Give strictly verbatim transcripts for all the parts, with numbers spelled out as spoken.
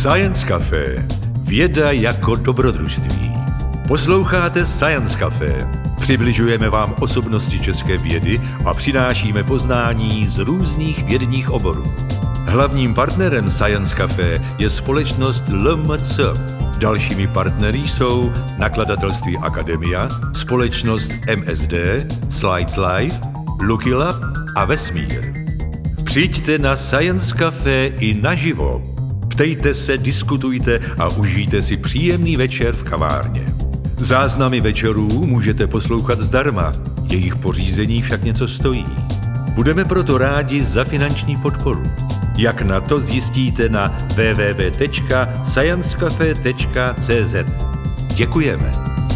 Science Café. Věda jako dobrodružství. Posloucháte Science Café. Přibližujeme vám osobnosti české vědy a přinášíme poznání z různých vědních oborů. Hlavním partnerem Science Café je společnost L M C. Dalšími partnery jsou nakladatelství Akademia, společnost M S D, Slides Live, Lucky Lab a Vesmír. Přijďte na Science Café i naživo. Ptejte se, diskutujte a užijte si příjemný večer v kavárně. Záznamy večerů můžete poslouchat zdarma, jejich pořízení však něco stojí. Budeme proto rádi za finanční podporu. Jak na to zjistíte na w w w tečka science cafe tečka c z. Děkujeme.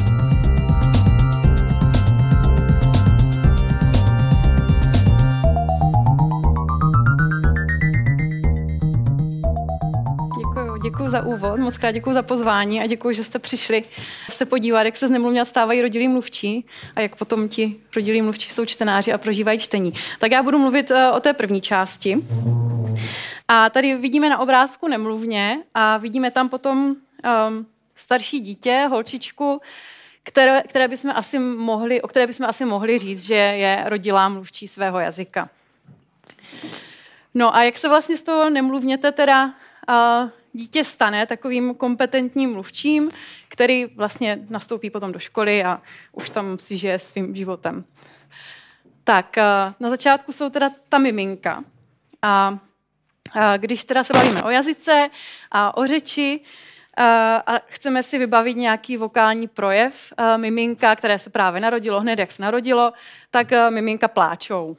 Děkuji za úvod, moc krát děkuji za pozvání a děkuji, že jste přišli se podívat, jak se z nemluvňat stávají rodilí mluvčí a jak potom ti rodilí mluvčí jsou čtenáři a prožívají čtení. Tak já budu mluvit o té první části. A tady vidíme na obrázku nemluvně a vidíme tam potom um, starší dítě, holčičku, které, které bychom asi mohli, o které bychom asi mohli říct, že je rodilá mluvčí svého jazyka. No a jak se vlastně z toho nemluvněte teda uh, dítě stane takovým kompetentním mluvčím, který vlastně nastoupí potom do školy a už tam si žije svým životem. Tak na začátku jsou teda ta miminka. A když teda se bavíme o jazyce a o řeči a chceme si vybavit nějaký vokální projev miminka, které se právě narodilo, hned jak se narodilo, tak miminka pláčou.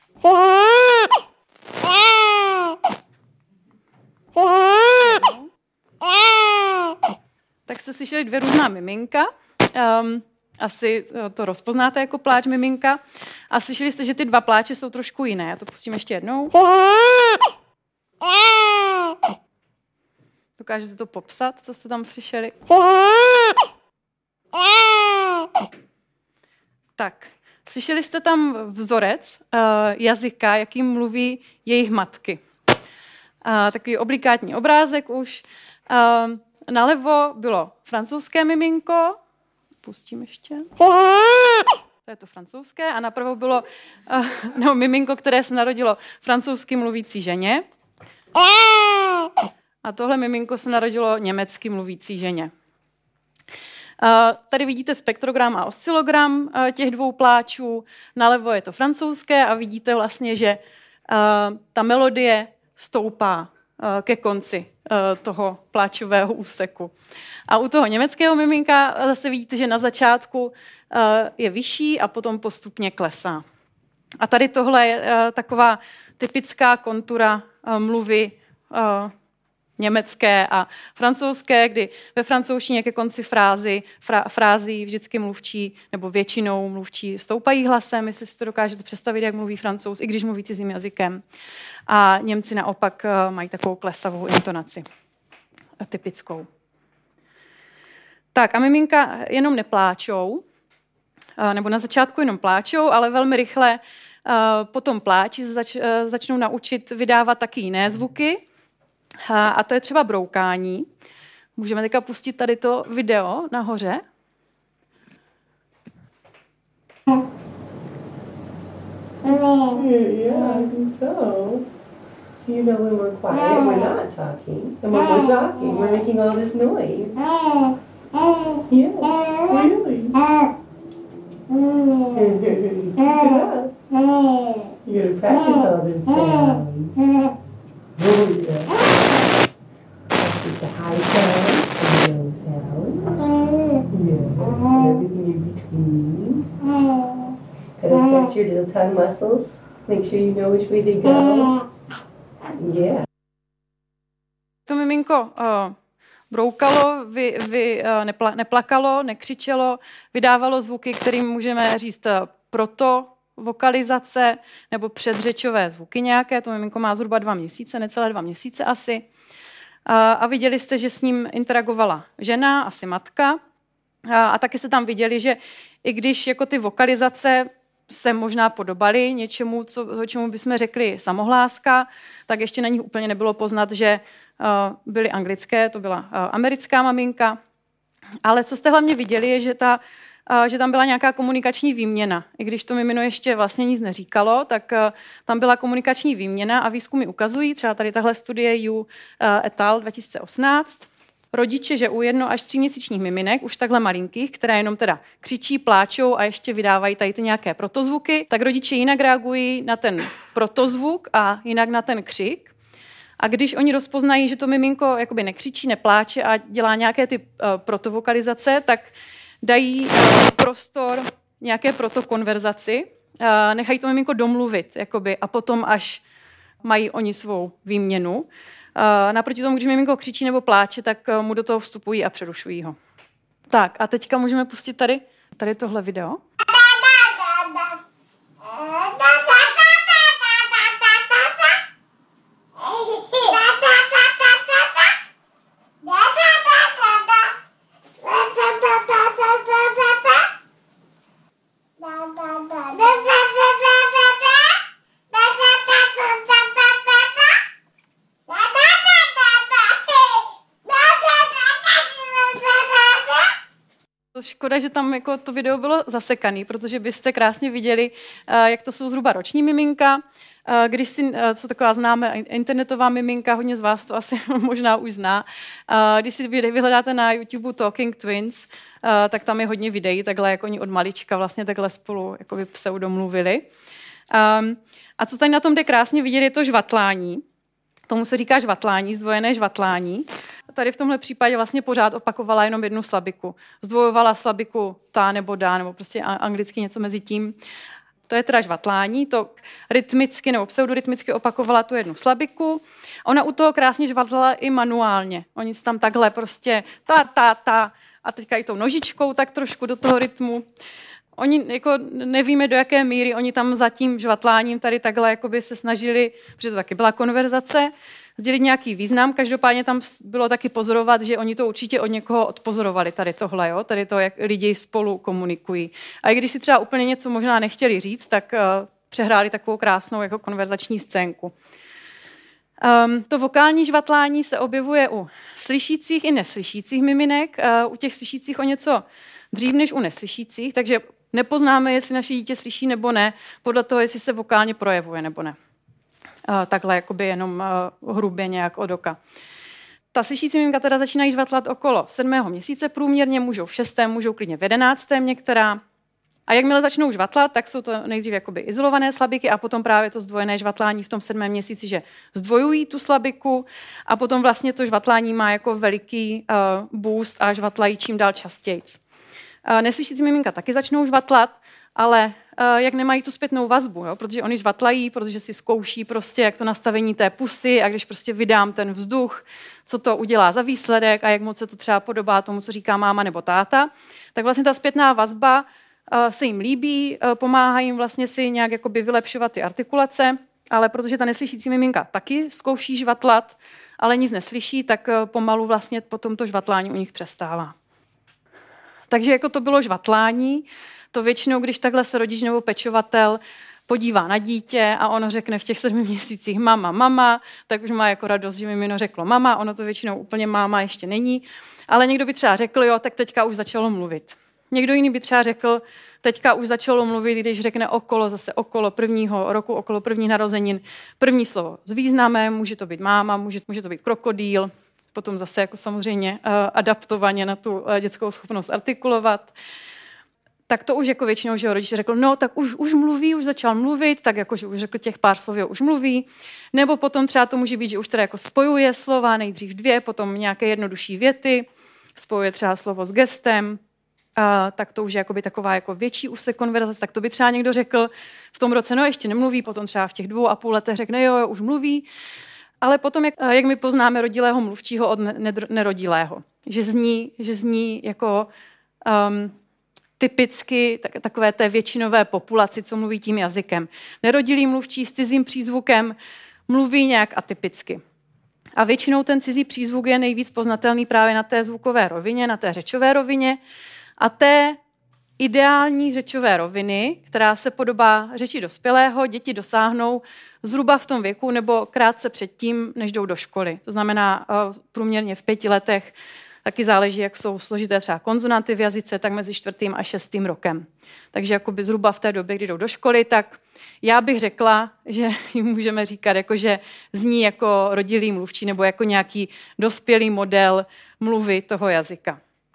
Tak jste slyšeli dvě různá miminka. Um, asi to rozpoznáte jako pláč miminka. A slyšeli jste, že ty dva pláče jsou trošku jiné. Já to pustím ještě jednou. Dokážete to popsat, co jste tam slyšeli? Tak, slyšeli jste tam vzorec uh, jazyka, jakým mluví jejich matky. Uh, takový obligátní obrázek už. Uh, nalevo bylo francouzské miminko. Pustím ještě. To je to francouzské. A napravo bylo uh, no, miminko, které se narodilo francouzsky mluvící ženě. A tohle miminko se narodilo německy mluvící ženě. Uh, tady vidíte spektrogram a oscilogram uh, těch dvou pláčů. Nalevo je to francouzské a vidíte vlastně, že uh, ta melodie stoupá uh, ke konci uh, toho pláčového úseku. A u toho německého miminka zase vidíte, že na začátku uh, je vyšší a potom postupně klesá. A tady tohle je uh, taková typická kontura uh, mluvy uh, německé a francouzské, kdy ve francouzštině ke konci frázy, fra, frází vždycky mluvčí, nebo většinou mluvčí stoupají hlasem, jestli si to dokážete představit, jak mluví Francouz, i když mluví cizím jazykem. A Němci naopak mají takovou klesavou intonaci, typickou. Tak a miminka jenom nepláčou, nebo na začátku jenom pláčou, ale velmi rychle potom pláči zač, začnou naučit vydávat taky jiné zvuky, a to je třeba broukání. Můžeme teďka pustit tady to video nahoře. Yeah, I think so. So you know when we're quiet, we're not talking. And when we're talking, we're making all this noise. Yeah, really. You gotta practice all this sounds. Oh, yeah. Practice the high sound and the low sound. Yeah, everything in between. Gotta stretch your little tongue muscles. Make sure you know which way they go. Yeah. To miminko uh, broukalo, vy, vy, uh, nepla, neplakalo, nekřičelo, vydávalo zvuky, kterým můžeme říct uh, proto, vokalizace nebo předřečové zvuky nějaké. To miminko má zhruba dva měsíce, necelé dva měsíce asi. A, a viděli jste, že s ním interagovala žena, asi matka. A, a taky jste tam viděli, že i když jako ty vokalizace se možná podobaly něčemu, co, čemu bychom řekli samohláska, tak ještě na nich úplně nebylo poznat, že uh, byly anglické, to byla uh, americká maminka. Ale co jste hlavně viděli, je, že, ta, uh, že tam byla nějaká komunikační výměna. I když to mimino ještě vlastně nic neříkalo, tak uh, tam byla komunikační výměna a výzkumy ukazují, třeba tady tahle studie U uh, et al. dva tisíce osmnáct, rodiče, že u jedno až tříměsíčních miminek, už takhle malinkých, které jenom teda křičí, pláčou a ještě vydávají tady ty nějaké protozvuky, tak rodiče jinak reagují na ten protozvuk a jinak na ten křik. A když oni rozpoznají, že to miminko jakoby nekřičí, nepláče a dělá nějaké ty uh, protovokalizace, tak dají uh, prostor nějaké protokonverzaci, uh, nechají to miminko domluvit jakoby, a potom až mají oni svou výměnu. Uh, naproti tomu, když miminko křičí nebo pláče, tak uh, mu do toho vstupují a přerušují ho. Tak a teďka můžeme pustit tady, tady tohle video. Škoda, že tam jako to video bylo zasekaný, protože byste krásně viděli, jak to jsou zhruba roční miminka. Když si, co taková známe internetová miminka, hodně z vás to asi možná už zná. Když si vyhledáte na YouTube Talking Twins, tak tam je hodně videí, takhle jak oni od malička vlastně takhle spolu jakoby pseudomluvili. A co tady na tom jde krásně vidět, je to žvatlání. Tomu se říká žvatlání, zdvojené žvatlání. Tady v tomhle případě vlastně pořád opakovala jenom jednu slabiku. Zdvojovala slabiku ta nebo dá, nebo prostě anglicky něco mezi tím. To je teda žvatlání, to rytmicky nebo pseudorytmicky opakovala tu jednu slabiku. Ona u toho krásně žvatlala i manuálně. Oni tam takhle prostě ta, ta, ta a teďka i tou nožičkou tak trošku do toho rytmu. Oni jako nevíme, do jaké míry oni tam za tím žvatláním tady takhle jakoby se snažili, protože to taky byla konverzace, sdělit nějaký význam. Každopádně tam bylo taky pozorovat, že oni to určitě od někoho odpozorovali, tady tohle, jo? Tady to, jak lidi spolu komunikují. A i když si třeba úplně něco možná nechtěli říct, tak uh, přehráli takovou krásnou jako konverzační scénku. Um, to vokální žvatlání se objevuje u slyšících i neslyšících miminek, uh, u těch slyšících o něco dřív než u neslyšících, takže nepoznáme, jestli naše dítě slyší nebo ne, podle toho, jestli se vokálně projevuje nebo ne. Uh, takhle jakoby jenom uh, hrubě nějak od oka. Ta slyšící miminka teda začínají žvatlat okolo sedmého měsíce průměrně, můžou v šestém, můžou klidně v jedenáctém některá. A jakmile začnou žvatlat, tak jsou to nejdřív jakoby izolované slabiky a potom právě to zdvojené žvatlání v tom sedmém měsíci, že zdvojují tu slabiku a potom vlastně to žvatlání má jako veliký uh, boost a žvatlají čím dál častěji. Uh, neslyšící miminka taky začnou žvatlat, ale uh, jak nemají tu zpětnou vazbu, jo? Protože oni žvatlají, protože si zkouší prostě, jak to nastavení té pusy a když prostě vydám ten vzduch, co to udělá za výsledek a jak moc se to třeba podobá tomu, co říká máma nebo táta, tak vlastně ta zpětná vazba uh, se jim líbí, uh, pomáhá jim vlastně si nějak jakoby vylepšovat ty artikulace, ale protože ta neslyšící miminka taky zkouší žvatlat, ale nic neslyší, tak uh, pomalu vlastně potom to žvatlání u nich přestává. Takže jako to bylo žvatlání, to většinou, když takhle se rodič nebo pečovatel podívá na dítě a ono řekne v těch sedmi měsících mama, mama, tak už má jako radost, že mimino řeklo mama, ono to většinou úplně máma ještě není, ale někdo by třeba řekl, jo, tak teďka už začalo mluvit. Někdo jiný by třeba řekl, teďka už začalo mluvit, když řekne okolo, zase okolo prvního roku, okolo prvních narozenin, první slovo s významem, může to být máma, může, může to být krokodýl, potom zase jako samozřejmě uh, adaptovaně na tu uh, dětskou schopnost artikulovat. Tak to už jako většinou, že rodič řekl, no tak už, už mluví, už začal mluvit, tak jako, že už řekl těch pár slov, jo, už mluví. Nebo potom třeba to může být, že už teda jako spojuje slova, nejdřív dvě, potom nějaké jednodušší věty, spojuje třeba slovo s gestem, a tak to už je jakoby taková jako větší úsek konverzace, tak to by třeba někdo řekl v tom roce, no ještě nemluví, potom třeba v těch dvou a půl letech řekne, jo, jo, už mluví. Ale potom, jak, jak my poznáme rodilého mluvčího od nerodilého, že zní, že zní jako um, typicky tak, takové té většinové populaci, co mluví tím jazykem. Nerodilý mluvčí s cizím přízvukem mluví nějak atypicky. A většinou ten cizí přízvuk je nejvíc poznatelný právě na té zvukové rovině, na té řečové rovině a té ideální řečové roviny, která se podobá řeči dospělého, děti dosáhnou zhruba v tom věku nebo krátce předtím, než jdou do školy. To znamená průměrně v pěti letech, taky záleží, jak jsou složité třeba konzonanty v jazyce, tak mezi čtvrtým a šestým rokem. Takže jakoby zhruba v té době, kdy jdou do školy, tak já bych řekla, že jim můžeme říkat, jako, že zní jako rodilý mluvčí nebo jako nějaký dospělý model mluvy toho jazyka.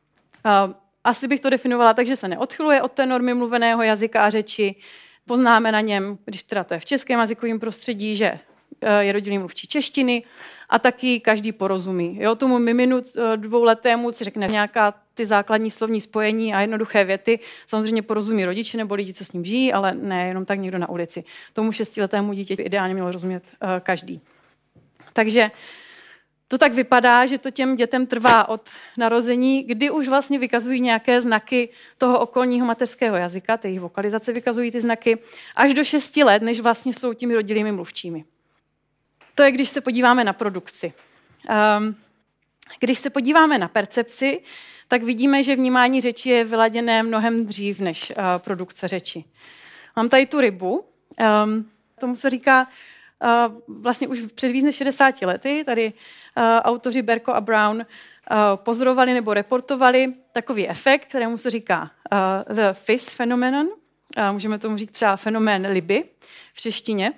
Asi bych to definovala tak, že se neodchyluje od té normy mluveného jazyka a řeči. Poznáme na něm, když teda to je v českém jazykovém prostředí, že je rodilý mluvčí češtiny a taky každý porozumí. Jo, tomu miminu dvouletému, co řekne nějaká ty základní slovní spojení a jednoduché věty, samozřejmě porozumí rodiče nebo lidi, co s ním žijí, ale ne jenom tak někdo na ulici. Tomu šestiletému dítěti ideálně mělo rozumět uh, každý. Takže to tak vypadá, že to těm dětem trvá od narození, kdy už vlastně vykazují nějaké znaky toho okolního mateřského jazyka, ty jejich vokalizace vykazují ty znaky, až do šesti let, než vlastně jsou těmi rodilými mluvčími. To je, když se podíváme na produkci. Um, když se podíváme na percepci, tak vidíme, že vnímání řeči je vyladěné mnohem dřív než uh, produkce řeči. Mám tady tu rybu. Um, tomu se říká uh, vlastně už před víc než šedesáti lety. Tady uh, autoři Berko a Brown uh, pozorovali nebo reportovali takový efekt, kterému se říká uh, the fizz phenomenon. Uh, můžeme tomu říct třeba fenomén Liby v češtině.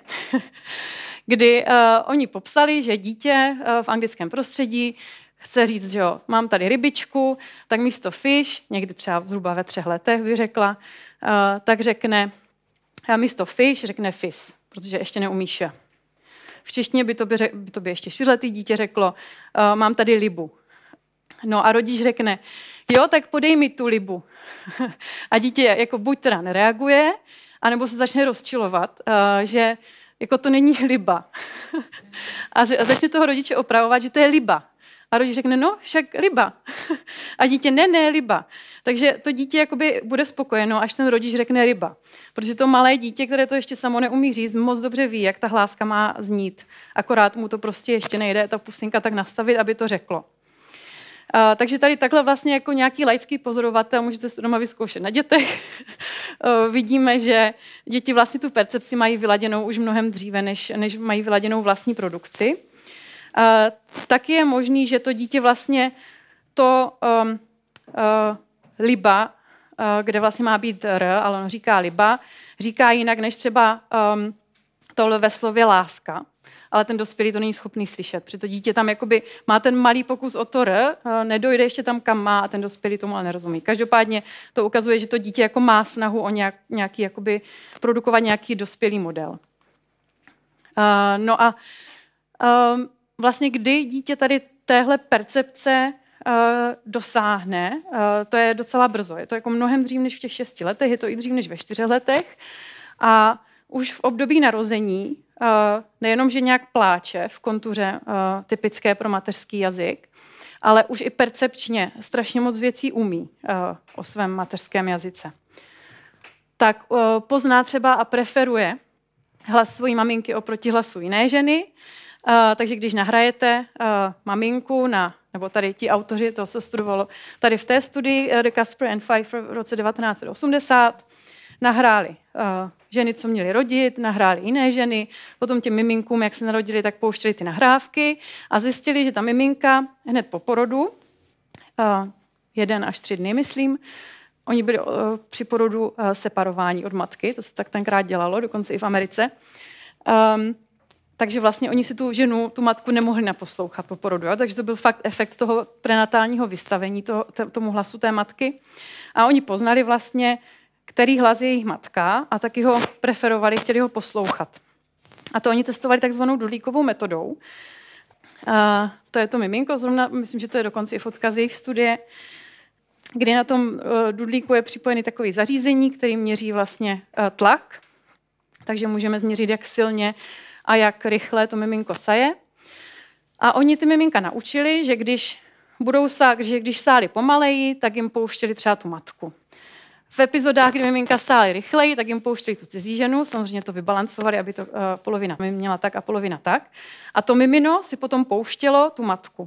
Kdy uh, oni popsali, že dítě uh, v anglickém prostředí chce říct, že jo, mám tady rybičku, tak místo fish, někdy třeba zhruba ve třech letech by řekla, uh, tak řekne, uh, místo fish řekne fizz, protože ještě neumí š. V češtině by to by, řek, by, to by ještě čtyřletý dítě řeklo, uh, mám tady libu. No a rodič řekne, jo, tak podej mi tu libu. A dítě jako buď teda nereaguje, anebo se začne rozčilovat, uh, že jako to není liba. A začne toho rodiče opravovat, že to je liba. A rodič řekne, no, však liba. A dítě, ne, ne, liba. Takže to dítě jakoby bude spokojeno, až ten rodič řekne ryba. Protože to malé dítě, které to ještě samo neumí říct, moc dobře ví, jak ta hláska má znít. Akorát mu to prostě ještě nejde ta pusinka tak nastavit, aby to řeklo. Uh, takže tady takhle vlastně jako nějaký laický pozorovatel, můžete se doma vyzkoušet na dětech, uh, vidíme, že děti vlastně tu percepci mají vyladěnou už mnohem dříve, než, než mají vyladěnou vlastní produkci. Uh, taky je možný, že to dítě vlastně to um, uh, liba, uh, kde vlastně má být r, ale on říká liba, říká jinak než třeba um, tohle ve slově láska. Ale ten dospělý to není schopný slyšet. Protože to dítě tam jakoby má ten malý pokus o to r, nedojde ještě tam, kam má a ten dospělý tomu ale nerozumí. Každopádně to ukazuje, že to dítě jako má snahu o nějak, nějaký, jakoby produkovat nějaký dospělý model. Uh, no a uh, vlastně kdy dítě tady téhle percepce uh, dosáhne, uh, to je docela brzo. Je to jako mnohem dřív než v těch šesti letech, je to i dřív než ve čtyřech letech. A už v období narození Uh, nejenom, že nějak pláče v kontuře uh, typické pro mateřský jazyk, ale už i percepčně strašně moc věcí umí uh, o svém mateřském jazyce. Tak uh, pozná třeba a preferuje hlas svojí maminky oproti hlasu jiné ženy, uh, takže když nahrajete uh, maminku na, nebo tady ti autoři, to se studovalo tady v té studii, uh, The Casper and Pfeiffer v roce devatenáct set osmdesát, nahráli uh, ženy, co měly rodit, nahráli jiné ženy, potom těm miminkům, jak se narodili, tak pouštěli ty nahrávky a zjistili, že ta miminka hned po porodu, uh, jeden až tři dny, myslím, oni byli uh, při porodu uh, separováni od matky, to se tak tenkrát dělalo, dokonce i v Americe. Um, takže vlastně oni si tu ženu, tu matku nemohli naposlouchat po porodu, jo? Takže to byl fakt efekt toho prenatálního vystavení toho, tomu hlasu té matky. A oni poznali vlastně, který hlas je jejich matka a taky ho preferovali, chtěli ho poslouchat. A to oni testovali takzvanou dudlíkovou metodou. A to je to miminko, zrovna, myslím, že to je dokonce i fotka z jejich studie, kdy na tom uh, dudlíku je připojený takový zařízení, který měří vlastně uh, tlak, takže můžeme změřit, jak silně a jak rychle to miminko saje. A oni ty miminka naučili, že když budou sá, že když sáli pomaleji, tak jim pouštěli třeba tu matku. V epizodách, kdy miminka stály rychleji, tak jim pouštěli tu cizí ženu, samozřejmě to vybalancovali, aby to uh, polovina měla tak a polovina tak. A to mimino si potom pouštělo tu matku.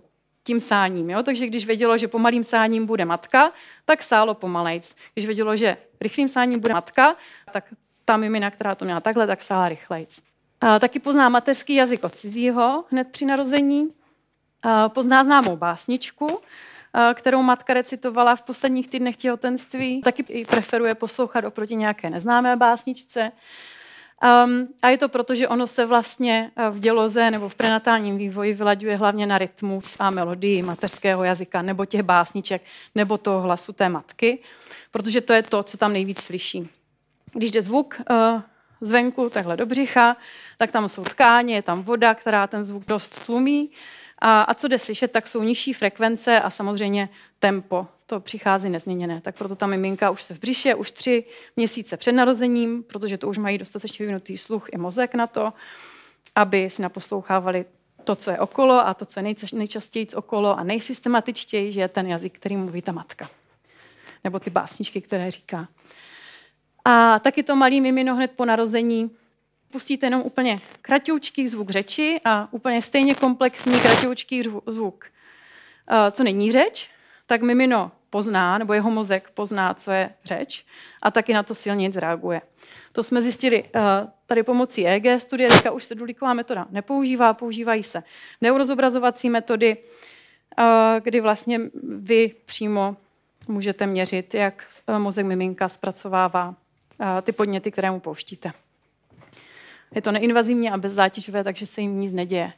tím sáním. Jo? Takže když vědělo, že pomalým sáním bude matka, tak sálo pomalejc. Když vědělo, že rychlým sáním bude matka, tak ta mimina, která to měla takhle, tak sála rychlejc. A taky pozná mateřský jazyk od cizího hned při narození. A pozná známou básničku, kterou matka recitovala v posledních týdnech těhotenství. Taky i preferuje poslouchat oproti nějaké neznámé básničce. Um, a je to proto, že ono se vlastně v děloze nebo v prenatálním vývoji vylaďuje hlavně na rytmus a melodii mateřského jazyka nebo těch básniček nebo toho hlasu té matky, protože to je to, co tam nejvíc slyší. Když jde zvuk uh, zvenku, takhle do břicha, tak tam jsou tkáně, je tam voda, která ten zvuk dost tlumí. A, a co jde slyšet, tak jsou nižší frekvence a samozřejmě tempo. To přichází nezměněné. Tak proto ta miminka už se v břiše, už tři měsíce před narozením, protože to už mají dostatečně vyvinutý sluch i mozek na to, aby si naposlouchávali to, co je okolo a to, co je nejčastěji okolo a nejsystematičtěji, že je ten jazyk, který mluví ta matka. Nebo ty básničky, které říká. A taky to malý mimino hned po narození pustíte jenom úplně kratoučký zvuk řeči a úplně stejně komplexní kratoučký zvuk, co není řeč, tak mimino pozná, nebo jeho mozek pozná, co je řeč a taky na to silně reaguje. To jsme zjistili tady pomocí E E G studie, teďka už se dulíková metoda nepoužívá, používají se neurozobrazovací metody, kdy vlastně vy přímo můžete měřit, jak mozek miminka zpracovává ty podněty, které mu pouštíte. Je to neinvazivní a bezzátěžové, takže se jim nic neděje.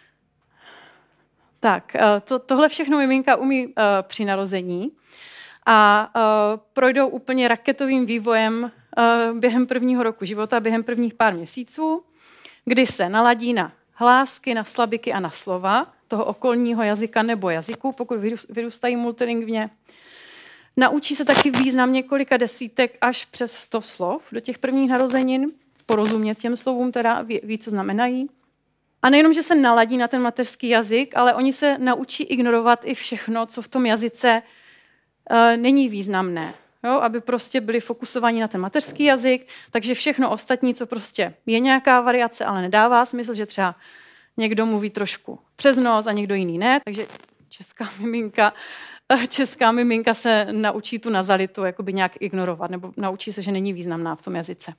Tak, to, tohle všechno miminka umí uh, při narození a uh, projdou úplně raketovým vývojem uh, během prvního roku života, během prvních pár měsíců, kdy se naladí na hlásky, na slabiky a na slova toho okolního jazyka nebo jazyku, pokud vyrůstají multilingvně. Naučí se taky význam několika desítek až přes sto slov do těch prvních narozenin, porozumět těm slovům, teda ví, ví, co znamenají. A nejenom, že se naladí na ten mateřský jazyk, ale oni se naučí ignorovat i všechno, co v tom jazyce e, není významné. Jo? Aby prostě byli fokusovaní na ten mateřský jazyk, takže všechno ostatní, co prostě je nějaká variace, ale nedává smysl, že třeba někdo mluví trošku přes nos a někdo jiný ne, takže česká miminka, česká miminka se naučí tu nazalitu jakoby nějak ignorovat, nebo naučí se, že není významná v tom jazyce.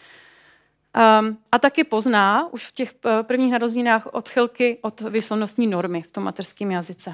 Um, a taky pozná už v těch prvních narozeninách odchylky od výslovnostní normy v tom mateřském jazyce.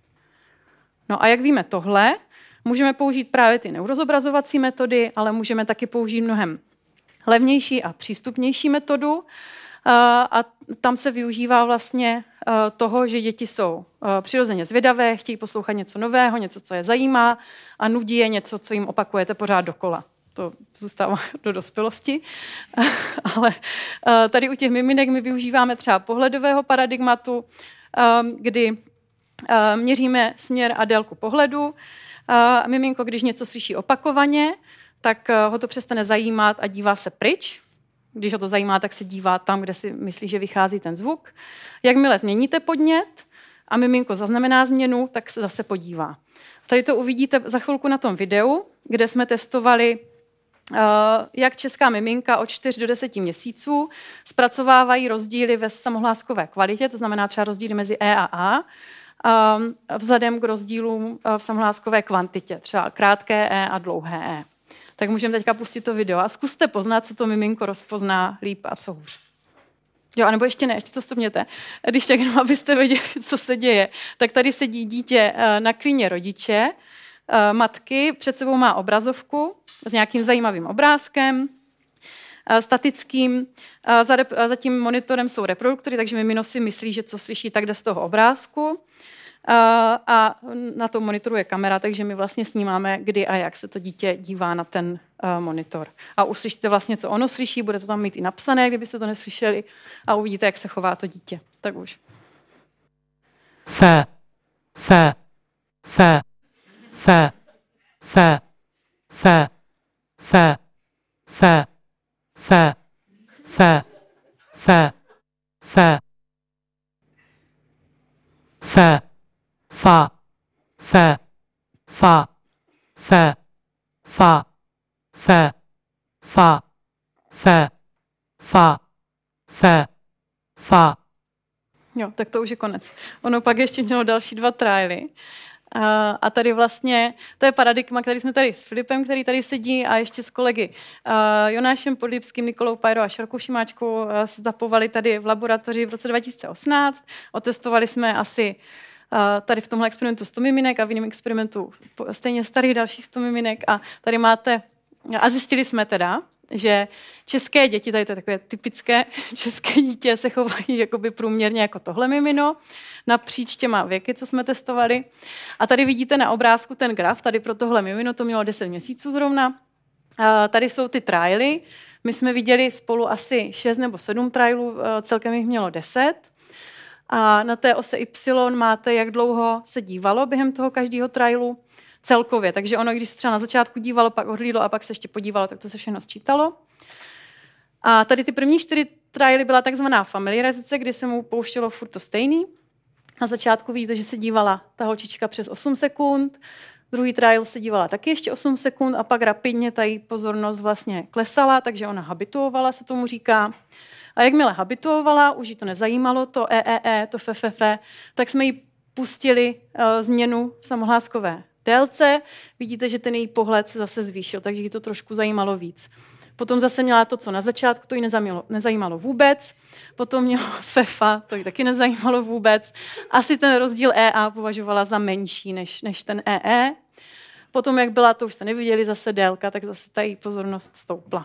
No a jak víme tohle, můžeme použít právě ty neurozobrazovací metody, ale můžeme taky použít mnohem levnější a přístupnější metodu. Uh, a tam se využívá vlastně uh, toho, že děti jsou uh, přirozeně zvědavé, chtějí poslouchat něco nového, něco, co je zajímá a nudí je něco, co jim opakujete pořád dokola. To zůstává do dospělosti. Ale tady u těch miminek my využíváme třeba pohledového paradigmatu, kdy měříme směr a délku pohledu. Miminko, když něco slyší opakovaně, tak ho to přestane zajímat a dívá se pryč. Když ho to zajímá, tak se dívá tam, kde si myslí, že vychází ten zvuk. Jakmile změníte podnět a miminko zaznamená změnu, tak se zase podívá. Tady to uvidíte za chvilku na tom videu, kde jsme testovali, jak česká miminka od čtyř do deseti měsíců zpracovávají rozdíly ve samohláskové kvalitě, to znamená třeba rozdíly mezi E a A, vzhledem k rozdílům v samohláskové kvantitě, třeba krátké E a dlouhé E. Tak můžeme teďka pustit to video a zkuste poznat, co to miminko rozpozná líp a co hůř. Jo, anebo ještě ne, ještě to stopněte. Když tak jenom, abyste věděli, co se děje, tak tady sedí dítě na klíně rodiče, matky, před sebou má obrazovku s nějakým zajímavým obrázkem, statickým. Za, rep, za tím monitorem jsou reproduktory, takže mimino si myslí, že co slyší, tak jde z toho obrázku. A na tom monitoru je kamera, takže my vlastně snímáme, kdy a jak se to dítě dívá na ten monitor. A uslyšíte vlastně, co ono slyší, bude to tam mít i napsané, kdybyste to neslyšeli, a uvidíte, jak se chová to dítě. Tak už. Fe, fe, fe, fe, fe, fe, fe, fe, fe, fe, fe, fe, fe, fa, fe, fa, fe, fa, fe, fa, fe, fa, fe, fa. Jo, tak to už je konec. Ono pak ještě mělo další dva trialy. A, a tady vlastně, to je paradigma, který jsme tady s Filipem, který tady sedí, a ještě s kolegy a Jonášem Podlipským, Nikolou Pajrou a Šarkou Šimáčkou se zapovali tady v laboratoři v roce dva tisíce osmnáct. Otestovali jsme asi a tady v tomhle experimentu sto miminek a v jiném experimentu stejně starých dalších sto miminek. A tady máte, a zjistili jsme teda, že české děti, tady to je takové typické, české dítě se chovají jakoby průměrně jako tohle mimino, napříč těma věky, co jsme testovali. A tady vidíte na obrázku ten graf, tady pro tohle mimino to mělo deset měsíců zrovna. A tady jsou ty trialy. My jsme viděli spolu asi šest nebo sedm trialů, celkem jich mělo deset. A na té ose Y máte, jak dlouho se dívalo během toho každého trialu celkově. Takže ono, když se třeba na začátku dívalo, pak odhlídlo a pak se ještě podívalo, tak to se všechno sčítalo. A tady ty první čtyři trialy byla takzvaná familiarizace, kdy se mu pouštělo furt to stejný. Na začátku vidíte, že se dívala ta holčička přes osm sekund, druhý trial se dívala taky ještě osm sekund a pak rapidně ta její pozornost vlastně klesala, takže ona habituovala, se tomu říká. A jakmile habituovala, už jí to nezajímalo, to E E E, to F F F, tak jsme jí pustili uh, změnu v samohláskové délce. Vidíte, že ten její pohled se zase zvýšil, takže jí to trošku zajímalo víc. Potom zase měla to, co na začátku, to jí nezajímalo, nezajímalo vůbec. Potom měla FEFA, to jí taky nezajímalo vůbec. Asi ten rozdíl E A považovala za menší než, než ten E E. Potom, jak byla, to už jste neviděli, zase délka, tak zase ta její pozornost stoupla.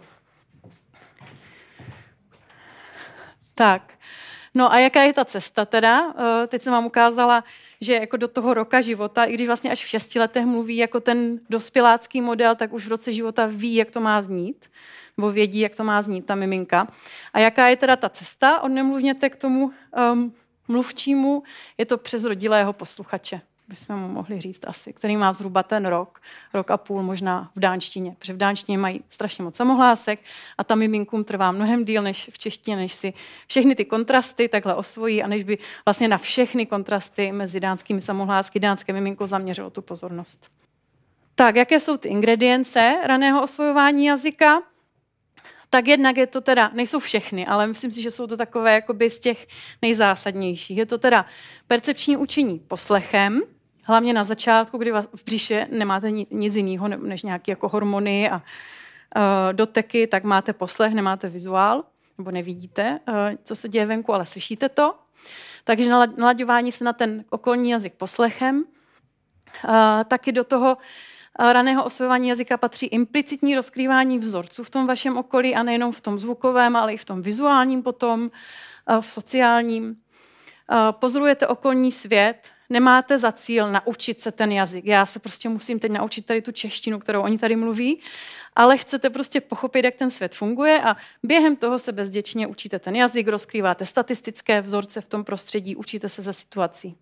Tak, no a jaká je ta cesta teda? Teď jsem vám ukázala, že jako do toho roka života, i když vlastně až v šesti letech mluví jako ten dospělácký model, tak už v roce života ví, jak to má znít, nebo vědí, jak to má znít ta miminka. A jaká je teda ta cesta od nemluvněte k tomu um, mluvčímu? Je to přes rodilého posluchače, bychom mu mohli říct asi, který má zhruba ten rok, rok a půl možná v dánštině, protože v dánštině mají strašně moc samohlásek a tam miminkům trvá mnohem díl než v češtině, než si všechny ty kontrasty takhle osvojí a než by vlastně na všechny kontrasty mezi dánskými samohlásky dánské miminko zaměřilo tu pozornost. Tak, jaké jsou ty ingredience raného osvojování jazyka? Tak jednak je to teda, nejsou všechny, ale myslím si, že jsou to takové jakoby z těch nejzásadnějších. Je to teda percepční učení poslechem, hlavně na začátku, kdy v břiše nemáte nic jiného než nějaké jako hormony a uh, doteky, tak máte poslech, nemáte vizuál, nebo nevidíte, uh, co se děje venku, ale slyšíte to. Takže nalaďování se na ten okolní jazyk poslechem. Uh, taky do toho raného osvojování jazyka patří implicitní rozkrývání vzorců v tom vašem okolí a nejenom v tom zvukovém, ale i v tom vizuálním potom, v sociálním. Pozorujete okolní svět, nemáte za cíl naučit se ten jazyk. Já se prostě musím teď naučit tady tu češtinu, kterou oni tady mluví, ale chcete prostě pochopit, jak ten svět funguje a během toho se bezděčně učíte ten jazyk, rozkrýváte statistické vzorce v tom prostředí, učíte se ze situací.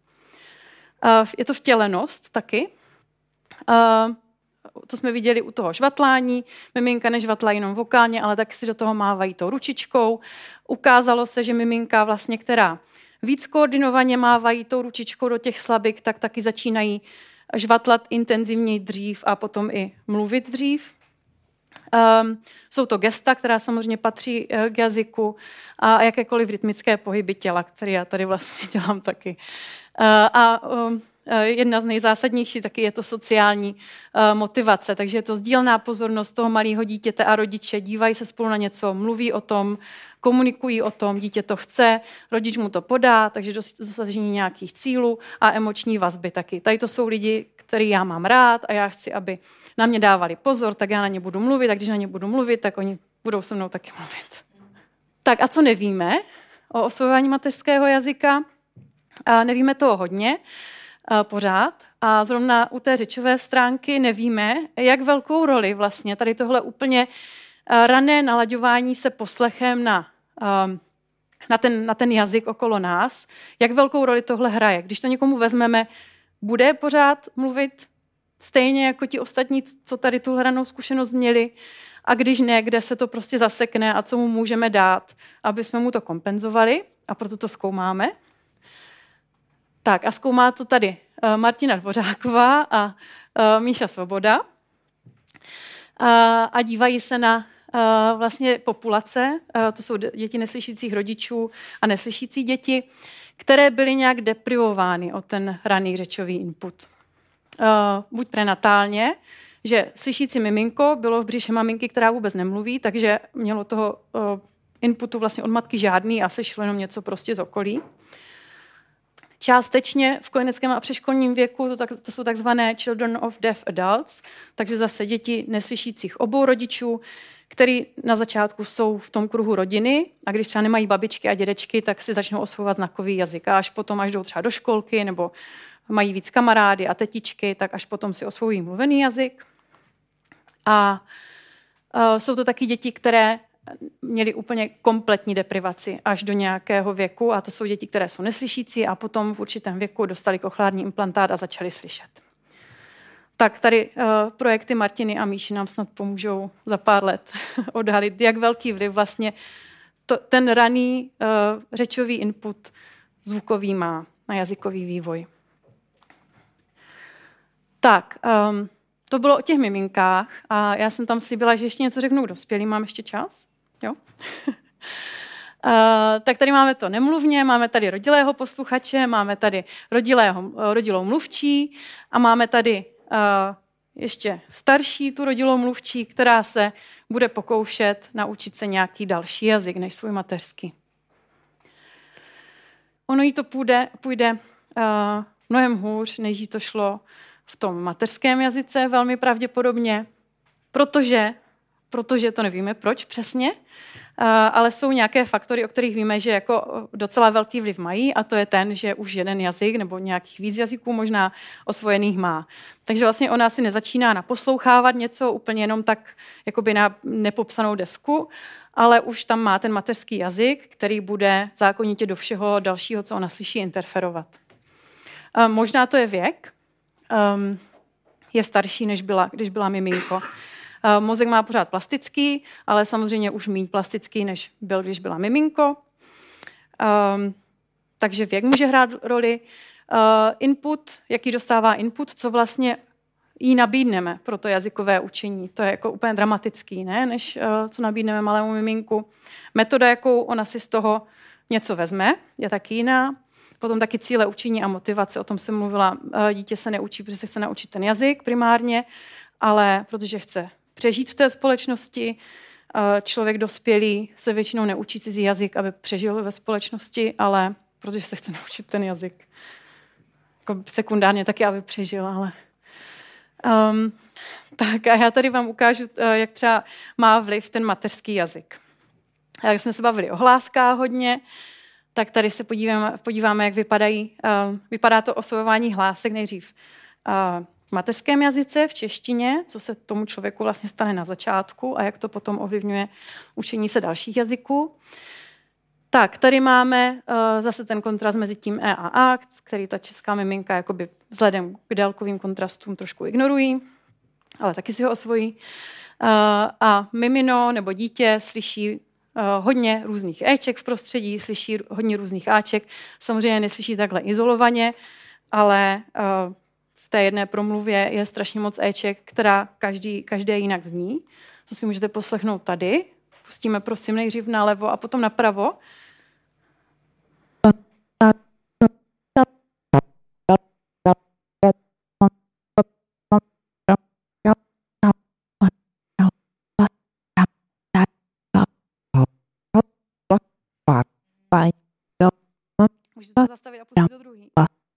Je to vtělenost taky. Uh, to jsme viděli u toho žvatlání. Miminka nežvatlá jenom vokálně, ale taky si do toho mávají tou ručičkou. Ukázalo se, že miminka vlastně, která víc koordinovaně mávají tou ručičkou do těch slabik, tak taky začínají žvatlat intenzivněji dřív a potom i mluvit dřív. Um, jsou to gesta, která samozřejmě patří uh, k jazyku a jakékoliv rytmické pohyby těla, které já tady vlastně dělám taky. Uh, a um, Jedna z nejzásadnějších taky je to sociální uh, motivace, takže je to sdílná pozornost toho malého dítěte a rodiče, dívají se spolu na něco, mluví o tom, komunikují o tom, dítě to chce, rodič mu to podá, takže dosažení nějakých cílů a emoční vazby taky. Tady to jsou lidi, který já mám rád a já chci, aby na mě dávali pozor, tak já na ně budu mluvit a když na ně budu mluvit, tak oni budou se mnou taky mluvit. Tak a co nevíme o osvojování mateřského jazyka? A nevíme toho hodně. Pořád. A zrovna u té řečové stránky nevíme, jak velkou roli vlastně tady tohle úplně rané nalaďování se poslechem na, na, ten, na ten jazyk okolo nás, jak velkou roli tohle hraje. Když to někomu vezmeme, bude pořád mluvit stejně jako ti ostatní, co tady tu ranou zkušenost měli, a když ne, kde se to prostě zasekne a co mu můžeme dát, aby jsme mu to kompenzovali, a proto to zkoumáme. Tak a zkoumá to tady uh, Martina Dvořáková a uh, Míša Svoboda. Uh, a dívají se na vlastně populace, to jsou děti neslyšících rodičů a neslyšící děti, které byly nějak deprivovány o ten raný řečový input. Buď prenatálně, že slyšící miminko bylo v břiše maminky, která vůbec nemluví, takže mělo toho inputu vlastně od matky žádný a slyšelo jenom něco prostě z okolí. Částečně v kojeneckém a předškolním věku to, tak, to jsou takzvané children of deaf adults, takže zase děti neslyšících obou rodičů, který na začátku jsou v tom kruhu rodiny a když třeba nemají babičky a dědečky, tak si začnou osvojovat znakový jazyk. A až potom, až jdou třeba do školky nebo mají víc kamarády a tetičky, tak až potom si osvojují mluvený jazyk. A uh, jsou to taky děti, které měli úplně kompletní deprivaci až do nějakého věku a to jsou děti, které jsou neslyšící a potom v určitém věku dostali kochlární implantát a začali slyšet. Tak tady uh, projekty Martiny a Míši nám snad pomůžou za pár let odhalit, jak velký vliv vlastně to, ten raný uh, řečový input zvukový má na jazykový vývoj. Tak, um, to bylo o těch miminkách a já jsem tam slíbila, že ještě něco řeknu k dospělým. Mám ještě čas? Jo? uh, tak tady máme to nemluvně, máme tady rodilého posluchače, máme tady rodilého, rodilou mluvčí a máme tady uh, ještě starší tu rodilou mluvčí, která se bude pokoušet naučit se nějaký další jazyk než svůj mateřský. Ono jí to půjde, půjde uh, mnohem hůř, než jí to šlo v tom mateřském jazyce, velmi pravděpodobně, protože, protože to nevíme proč přesně, ale jsou nějaké faktory, o kterých víme, že jako docela velký vliv mají a to je ten, že už jeden jazyk nebo nějakých víc jazyků možná osvojených má. Takže vlastně ona si nezačíná naposlouchávat něco úplně jenom tak jakoby na nepopsanou desku, ale už tam má ten mateřský jazyk, který bude zákonitě do všeho dalšího, co ona slyší, interferovat. Možná to je věk, Um, je starší, než byla, když byla miminko. Uh, mozek má pořád plastický, ale samozřejmě už méně plastický, než byl, když byla miminko. Um, takže věk může hrát roli. Uh, input, jaký dostává input, co vlastně jí nabídneme pro to jazykové učení. To je jako úplně dramatický, ne? Než uh, co nabídneme malému miminku. Metoda, jakou ona si z toho něco vezme, je taky jiná. Potom taky cíle učení a motivace, o tom jsem mluvila. Dítě se neučí, protože se chce naučit ten jazyk primárně, ale protože chce přežít v té společnosti. Člověk dospělý se většinou neučí cizí jazyk, aby přežil ve společnosti, ale protože se chce naučit ten jazyk. Jako sekundárně taky, aby přežil, ale... Um, tak a já tady vám ukážu, jak třeba má vliv ten mateřský jazyk. A jak jsme se bavili o hláskách hodně, tak tady se podíváme, podíváme jak vypadají, uh, vypadá to osvojování hlásek nejdřív uh, v mateřském jazyce, v češtině, co se tomu člověku vlastně stane na začátku a jak to potom ovlivňuje učení se dalších jazyků. Tak, tady máme uh, zase ten kontrast mezi tím E a A, který ta česká miminka jakoby vzhledem k délkovým kontrastům trošku ignorují, ale taky si ho osvojí. Uh, a mimino nebo dítě slyší Uh, hodně různých éček v prostředí, slyší hodně různých áček. Samozřejmě neslyší takhle izolovaně, ale uh, v té jedné promluvě je strašně moc éček, která každý, každé jinak zní. To si můžete poslechnout tady. Pustíme prosím nejdřív nalevo a potom napravo. Můžete to zastavit a pustit do druhý.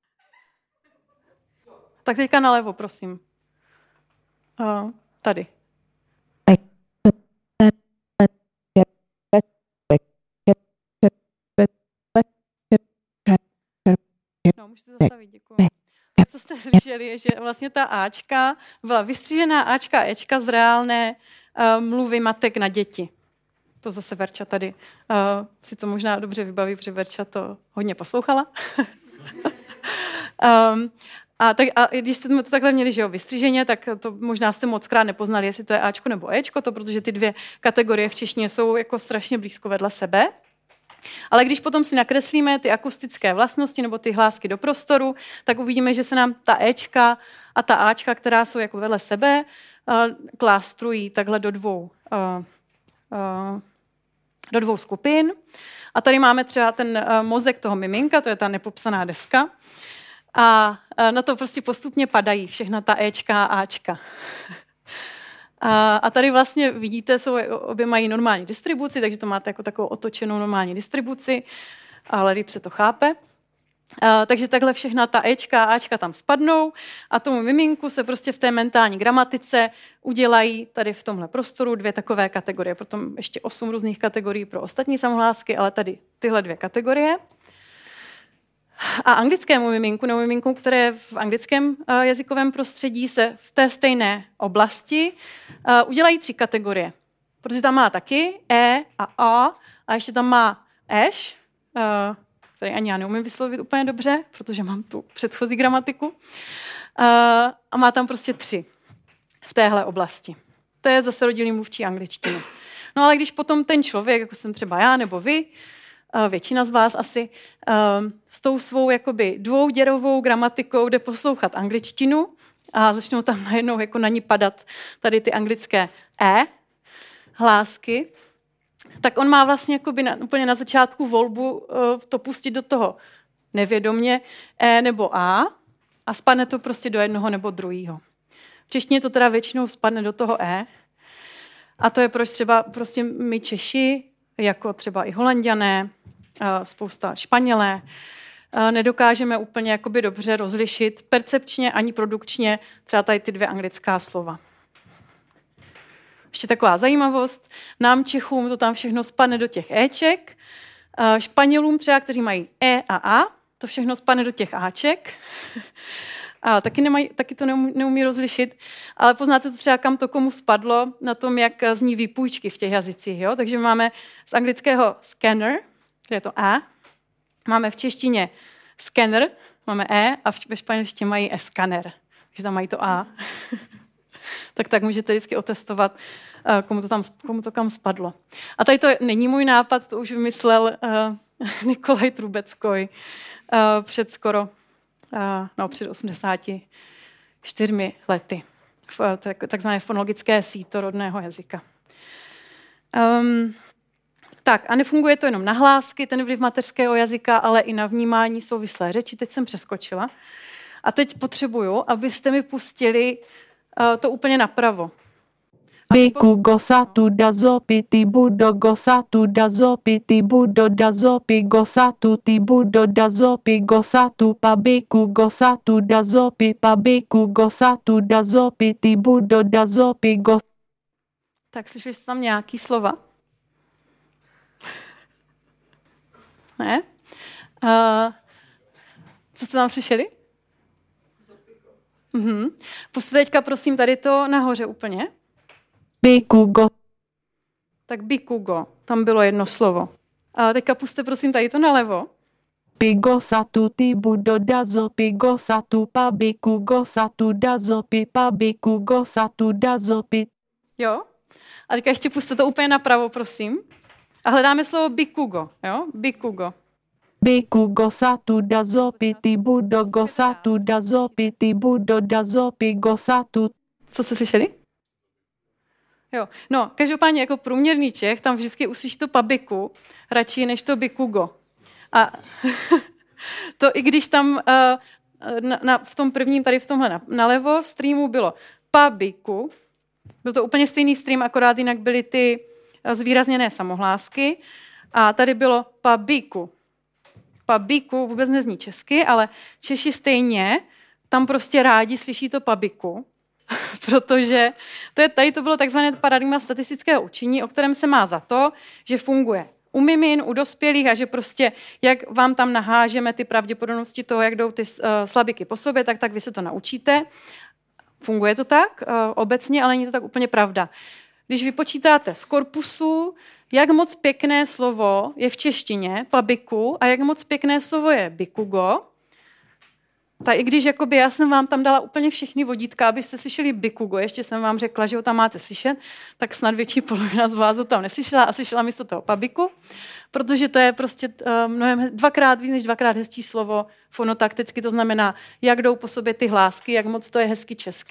Tak teďka nalevo, prosím. Uh, tady. No, můžete zastavit, děkuji. Co jste slyšeli, je, že vlastně ta áčka byla vystřížená áčka a éčka z reálné uh, mluvy matek na děti. To zase Verča tady uh, si to možná dobře vybaví, protože Verča to hodně poslouchala. um, a, tak, a když jste to takhle měli, že jo, vystříženě, tak to možná jste moc krát nepoznali, jestli to je áčko nebo éčko, to, protože ty dvě kategorie v češtině jsou jako strašně blízko vedle sebe. Ale když potom si nakreslíme ty akustické vlastnosti nebo ty hlásky do prostoru, tak uvidíme, že se nám ta éčka a ta áčka, která jsou jako vedle sebe, uh, klástrují takhle do dvou uh, do dvou skupin. A tady máme třeba ten mozek toho miminka, to je ta nepopsaná deska. A na to prostě postupně padají všechna ta Ečka a Ačka. A, a tady vlastně vidíte, jsou, obě mají normální distribuci, takže to máte jako takovou otočenou normální distribuci, ale líp se to chápe. A, takže takhle všechna ta Ečka a Ačka tam spadnou a tomu miminku se prostě v té mentální gramatice udělají tady v tomhle prostoru dvě takové kategorie. Potom ještě osm různých kategorií pro ostatní samohlásky, ale tady tyhle dvě kategorie. A anglickému miminku, nebo miminku, které je v anglickém jazykovém prostředí, se v té stejné oblasti udělají tři kategorie. Protože tam má taky E a A a ještě tam má eš, který ani já neumím vyslovit úplně dobře, protože mám tu předchozí gramatiku. A má tam prostě tři v téhle oblasti. To je zase rodilý mluvčí angličtiny. No ale když potom ten člověk, jako jsem třeba já nebo vy, většina z vás asi, s tou svou jakoby dvouděrovou gramatikou jde poslouchat angličtinu a začnou tam najednou jako na ní padat tady ty anglické E hlásky, tak on má vlastně jakoby na, úplně na začátku volbu to pustit do toho nevědomě E nebo A a spadne to prostě do jednoho nebo druhého. V češtině to teda většinou spadne do toho E a to je proč třeba prostě my Češi, jako třeba i Holanďané, spousta Španělé, nedokážeme úplně jakoby dobře rozlišit percepčně ani produkčně třeba tady ty dvě anglická slova. Ještě taková zajímavost, nám Čechům to tam všechno spadne do těch Éček, Španělům třeba, kteří mají E a A, to všechno spadne do těch Áček. A taky, nemají, taky to neumí, neumí rozlišit, ale poznáte to třeba, kam to komu spadlo, na tom, jak zní výpůjčky v těch jazycích. Jo? Takže máme z anglického scanner, to je to A, máme v češtině scanner, máme E a ve španělštině mají e-scanner, takže tam mají to A. tak tak můžete vždycky otestovat, komu to, tam, komu to kam spadlo. A tady to není můj nápad, to už vymyslel uh, Nikolaj Trubeckoj uh, před skoro no, před osmdesáti čtyřmi lety. Takzvané fonologické síto rodného jazyka. Um, tak a nefunguje to jenom na hlásky, ten vliv mateřského jazyka, ale i na vnímání souvislé řeči. Teď jsem přeskočila. A teď potřebuju, abyste mi pustili uh, to úplně napravo. Biku gosatu da zopi ti budo gosatu da zopi ti budo da zopi gosatu ti budo da zopi gosatu pa biku gosatu da zopi pa biku gosatu da zopi ti budo da zopi go. Tak slyšeli jste tam nějaký slova? Ne? Uh, co jste tam slyšeli? Mhm. Pusťte teďka prosím tady to nahoře úplně. Bikugo. Tak bikugo, tam bylo jedno slovo. A teďka pusťte prosím tady to nalevo. Pigosatu ti budo da zopi gosatu pa biku gosatu da zopi pa biku gosatu da zopi. Jo? A teďka ještě pusťte to úplně napravo, prosím. A hledáme slovo bikugo, jo? Bikugo. Biku gosatu da zopi ti budo gosatu da zopi ti budo da zopi gosatu. Co jste slyšeli? Jo, no, každopádně jako průměrný Čech, tam vždycky uslyší to pabiku, radši než to bikugo. A to i když tam uh, na, na, v tom prvním, tady v tomhle na, nalevo streamu bylo pabiku, byl to úplně stejný stream, akorát jinak byly ty zvýrazněné samohlásky a tady bylo pabiku. Pabiku vůbec nezní česky, ale Češi stejně tam prostě rádi slyší to pabiku, protože to je, tady to bylo takzvané paradigma statistického učení, o kterém se má za to, že funguje u mimin, u dospělých a že prostě, jak vám tam nahážeme ty pravděpodobnosti toho, jak jdou ty uh, slabiky po sobě, tak, tak vy se to naučíte. Funguje to tak uh, obecně, ale není to tak úplně pravda. Když vypočítáte z korpusu, jak moc pěkné slovo je v češtině, pabiku, a jak moc pěkné slovo je bikugo, tak i když jakoby, já jsem vám tam dala úplně všechny vodítka, abyste slyšeli bikugo, ještě jsem vám řekla, že ho tam máte slyšet, tak snad větší polovina z vás ho tam neslyšela a slyšela místo toho pabiku, protože to je prostě uh, mnohem dvakrát víc než dvakrát hezčí slovo fonotakticky, to znamená, jak jdou po sobě ty hlásky, jak moc to je hezky česky,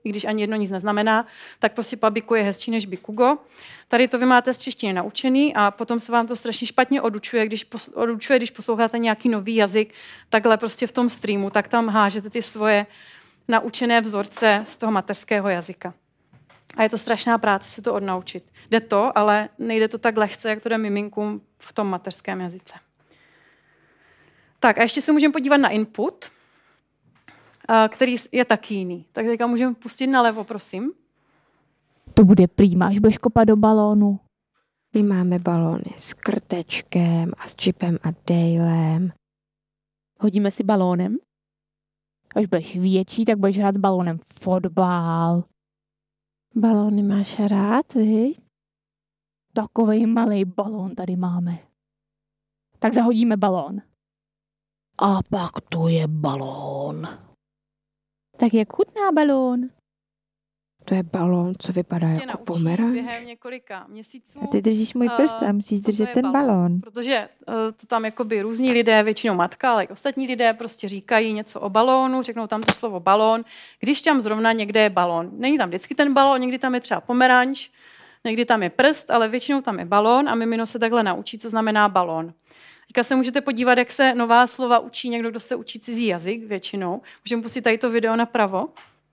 i když ani jedno nic neznamená, tak prostě pabiku je hezčí než bikugo. Tady to vy máte z češtiny naučený a potom se vám to strašně špatně odučuje, když, pos, odučuje, když posloucháte nějaký nový jazyk, takhle prostě v tom streamu, tak tam hážete ty svoje naučené vzorce z toho mateřského jazyka. A je to strašná práce se to odnaučit. Jde to, ale nejde to tak lehce, jak to jde miminkům v tom mateřském jazyce. Tak a ještě se můžeme podívat na input, který je taky jiný. Tak teďka můžeme pustit nalevo, prosím. To bude prý, máš budeš kopat do balónu. My máme balóny s krtečkem a s Chipem a Dalem. Hodíme si balónem? Až budeš větší, tak budeš hrát s balónem fotbal. Balóny máš rád, viď? Takovej malej balón tady máme. Tak zahodíme balón. A pak to je balón. Tak jak chutná balón? To je balón, co vypadá Tě jako naučí pomeranč. během několika měsíců. A ty držíš můj prst a musíš co to držet je ten balón. Protože uh, to tam jakoby různí lidé, většinou matka, ale i ostatní lidé prostě říkají něco o balónu, řeknou tam to slovo balón, když tam zrovna někde je balón. Není tam vždycky ten balón, někdy tam je třeba pomeranč, někdy tam je prst, ale většinou tam je balón a mimino se takhle naučí, co znamená balón. Teďka se můžete podívat, jak se nová slova učí někdo, kdo se učí cizí jazyk většinou. Můžeme pustit tady to video napravo.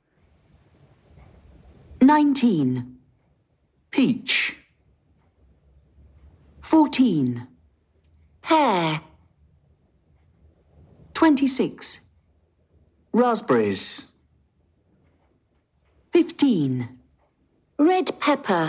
Nineteen. Peach. Fourteen. Pear. Twenty-six. Raspberries. Fifteen. Red pepper.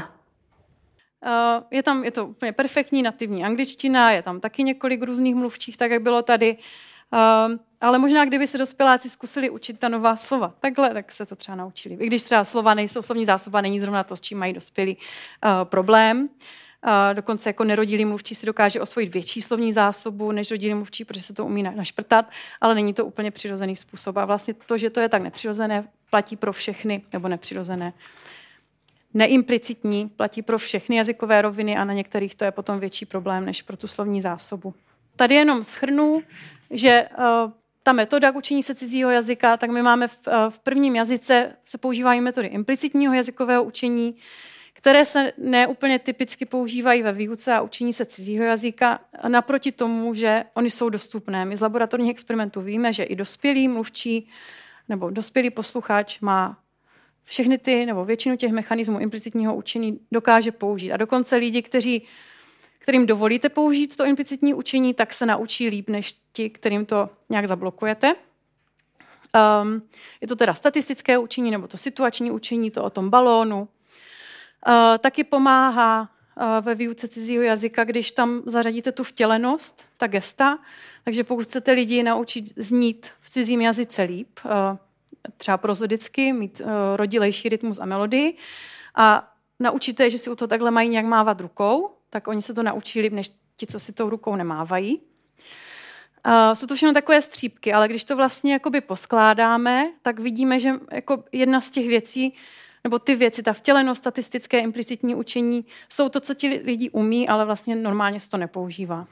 Uh, je tam, je to úplně perfektní nativní angličtina, je tam taky několik různých mluvčích, tak jak bylo tady. Uh, ale možná, kdyby se dospěláci zkusili učit ta nová slova takhle, tak se to třeba naučili. I když třeba slova nejsou, slovní zásoba není zrovna to, s čím mají dospělí uh, problém. Uh, dokonce jako nerodilý mluvčí si dokáže osvojit větší slovní zásobu než rodilý mluvčí, protože se to umí našprtat, ale není to úplně přirozený způsob. A vlastně to, že to je tak nepřirozené, platí pro všechny, nebo nepřirozené. Neimplicitní, platí pro všechny jazykové roviny a na některých to je potom větší problém než pro tu slovní zásobu. Tady jenom shrnu, že uh, ta metoda k učení se cizího jazyka, tak my máme v, uh, v prvním jazyce se používají metody implicitního jazykového učení, které se neúplně typicky používají ve výuce a učení se cizího jazyka, naproti tomu, že oni jsou dostupné. My z laboratorních experimentů víme, že i dospělý mluvčí nebo dospělý posluchač má všechny ty, nebo většinu těch mechanismů implicitního učení dokáže použít. A dokonce lidi, kteří, kterým dovolíte použít to implicitní učení, tak se naučí líp, než ti, kterým to nějak zablokujete. Um, je to teda statistické učení, nebo to situační učení, to o tom balónu. Uh, taky pomáhá uh, ve výuce cizího jazyka, když tam zařadíte tu vtělenost, ta gesta. Takže pokud chcete lidi naučit znít v cizím jazyce líp, uh, třeba prozodicky, mít uh, rodilejší rytmus a melodii a naučíte, že si u toho takhle mají nějak mávat rukou, tak oni se to naučí líp, než ti, co si tou rukou nemávají. Uh, jsou to všechno takové střípky, ale když to vlastně jakoby poskládáme, tak vidíme, že jako jedna z těch věcí, nebo ty věci, ta vtělenost, statistické, implicitní učení, jsou to, co ti lidi umí, ale vlastně normálně se to nepoužívá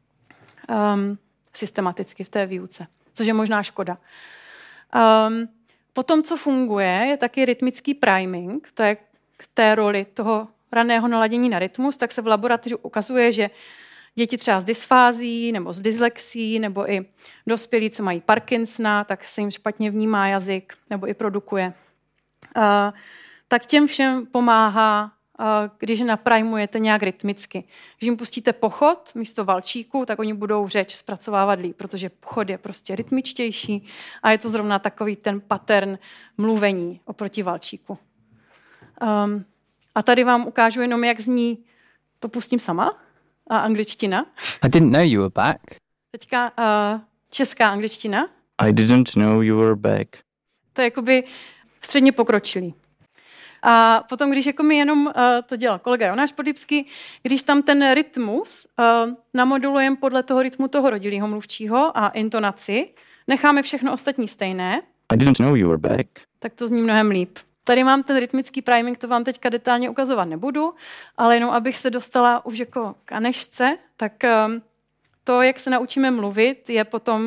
um, systematicky v té výuce, což je možná škoda. Um, Potom, co funguje, je taky rytmický priming, to je k té roli toho raného naladění na rytmus, tak se v laboratoři ukazuje, že děti třeba s dysfází nebo s dyslexí, nebo i dospělí, co mají Parkinsona, tak se jim špatně vnímá jazyk, nebo i produkuje. Uh, tak těm všem pomáhá, uh, když naprimujete nějak rytmicky. Když jim pustíte pochod místo valčíku, tak oni budou řeč zpracovávat líp, protože pochod je prostě rytmičtější a je to zrovna takový ten pattern mluvení oproti valčíku. Um, a tady vám ukážu jenom, jak zní, to pustím sama, a angličtina. I didn't know you were back. Teďka uh, česká angličtina. I didn't know you were back. To je jakoby středně pokročilý. A potom, když jako mi jenom uh, to dělal kolega Jonáš Podlipský, když tam ten rytmus uh, namodulujeme podle toho rytmu toho rodilého mluvčího a intonaci, necháme všechno ostatní stejné, I didn't know you were back. Tak to zní mnohem líp. Tady mám ten rytmický priming, to vám teďka detailně ukazovat nebudu, ale jenom abych se dostala už jako k Anešce, tak um, to, jak se naučíme mluvit, je potom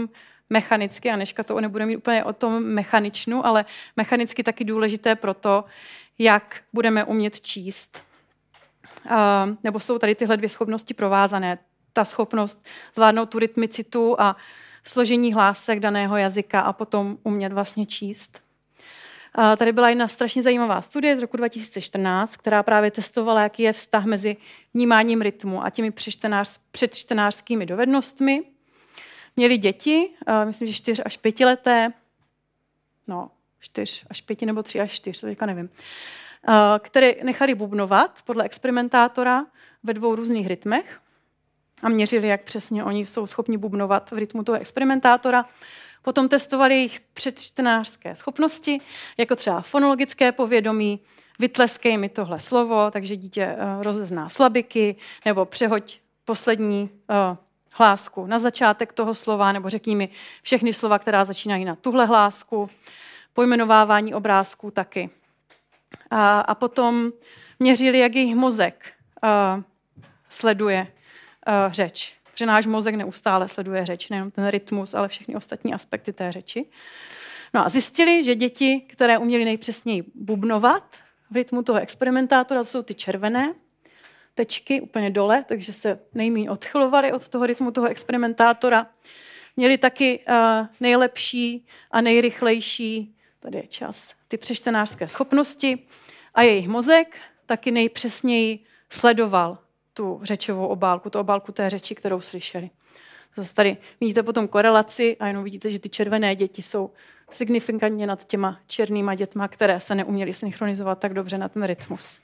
mechanicky, a Nežka to nebude mít úplně o tom mechaničnu, ale mechanicky taky důležité pro to, jak budeme umět číst. Uh, nebo jsou tady tyhle dvě schopnosti provázané. Ta schopnost zvládnout tu rytmicitu a složení hlásek daného jazyka a potom umět vlastně číst. Uh, tady byla jedna strašně zajímavá studie z roku dva tisíce čtrnáct, která právě testovala, jaký je vztah mezi vnímáním rytmu a těmi předčtenář, předčtenářskými dovednostmi. Měli děti, uh, myslím, že čtyř až pětileté, no, čtyř až pěti nebo tři až čtyř, to teďka nevím, uh, které nechali bubnovat podle experimentátora ve dvou různých rytmech a měřili, jak přesně oni jsou schopni bubnovat v rytmu toho experimentátora. Potom testovali jejich předčtenářské schopnosti, jako třeba fonologické povědomí, vytleskej mi tohle slovo, takže dítě uh, rozezná slabiky, nebo přehoď poslední uh, hlásku na začátek toho slova, nebo řekni mi všechny slova, která začínají na tuhle hlásku, pojmenovávání obrázků taky. A, a potom měřili, jak jejich mozek uh, sleduje uh, řeč. Protože náš mozek neustále sleduje řeč, nejenom ten rytmus, ale všechny ostatní aspekty té řeči. No a zjistili, že děti, které uměly nejpřesněji bubnovat v rytmu toho experimentátora, to jsou ty červené tečky úplně dole, takže se nejméně odchylovaly od toho rytmu toho experimentátora. Měli taky uh, nejlepší a nejrychlejší, tady je čas, ty přečtenářské schopnosti a jejich mozek taky nejpřesněji sledoval tu řečovou obálku, tu obálku té řeči, kterou slyšeli. Zase tady vidíte potom korelaci a jenom vidíte, že ty červené děti jsou signifikantně nad těma černýma dětma, které se neuměly synchronizovat tak dobře na ten rytmus.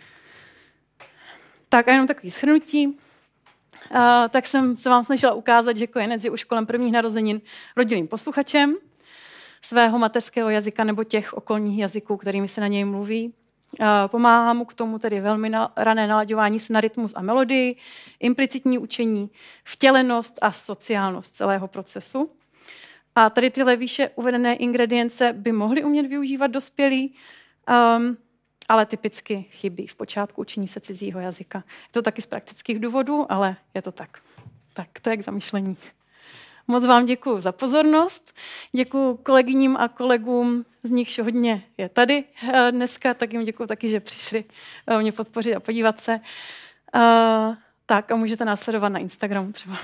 Tak a jenom takový shrnutí. Uh, tak jsem se vám snažila ukázat, že kojenec je už kolem prvních narozenin rodilým posluchačem svého mateřského jazyka nebo těch okolních jazyků, kterými se na něj mluví. Uh, pomáhá mu k tomu tedy velmi na, rané nalaďování se na rytmus a melodii, implicitní učení, vtělenost a sociálnost celého procesu. A tady tyhle výše uvedené ingredience by mohly umět využívat dospělí, um, ale typicky chybí v počátku učení se cizího jazyka. Je to taky z praktických důvodů, ale je to tak. Tak to je k zamyšlení. Moc vám děkuji za pozornost. Děkuji kolegyním a kolegům, z nichž hodně je tady dneska, tak jim děkuji taky, že přišli mě podpořit a podívat se. Uh, tak a můžete nás sledovat na Instagramu třeba.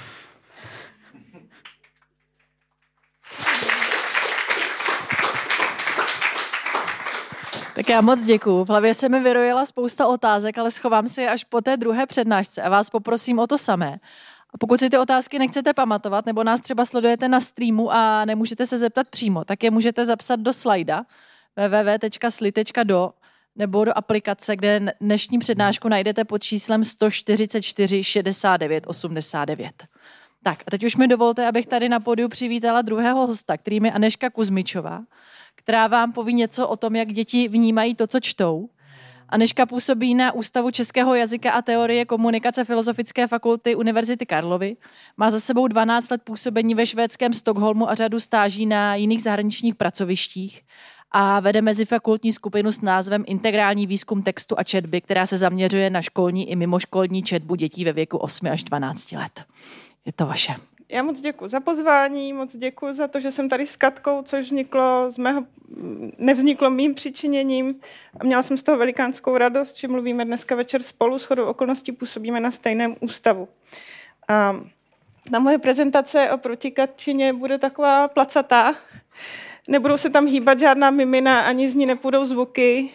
Tak já moc děkuju. V hlavě se mi vyrojila spousta otázek, ale schovám si je až po té druhé přednášce a vás poprosím o to samé. A pokud si ty otázky nechcete pamatovat, nebo nás třeba sledujete na streamu a nemůžete se zeptat přímo, tak je můžete zapsat do slajda w w w tečka sli tečka do nebo do aplikace, kde dnešní přednášku najdete pod číslem sto čtyřicet čtyři šedesát devět osmdesát devět. Tak a teď už mi dovolte, abych tady na pódiu přivítala druhého hosta, kterým je Anežka Kuzmičová, která vám poví něco o tom, jak děti vnímají to, co čtou. Anežka působí na Ústavu českého jazyka a teorie komunikace Filozofické fakulty Univerzity Karlovy. Má za sebou dvanáct let působení ve švédském Stockholmu a řadu stáží na jiných zahraničních pracovištích a vede mezifakultní skupinu s názvem Integrální výzkum textu a četby, která se zaměřuje na školní i mimoškolní četbu dětí ve věku osm až dvanáct let. Je to vaše. Já moc děkuji za pozvání, moc děkuji za to, že jsem tady s Katkou, což vzniklo z mého, nevzniklo mým přičiněním. A měla jsem z toho velikánskou radost, že mluvíme dneska večer spolu, shodou okolností působíme na stejném ústavu. A ta moje prezentace o protikatčině bude taková placatá. Nebudou se tam hýbat žádná mimina, ani z ní nepůjdou zvuky.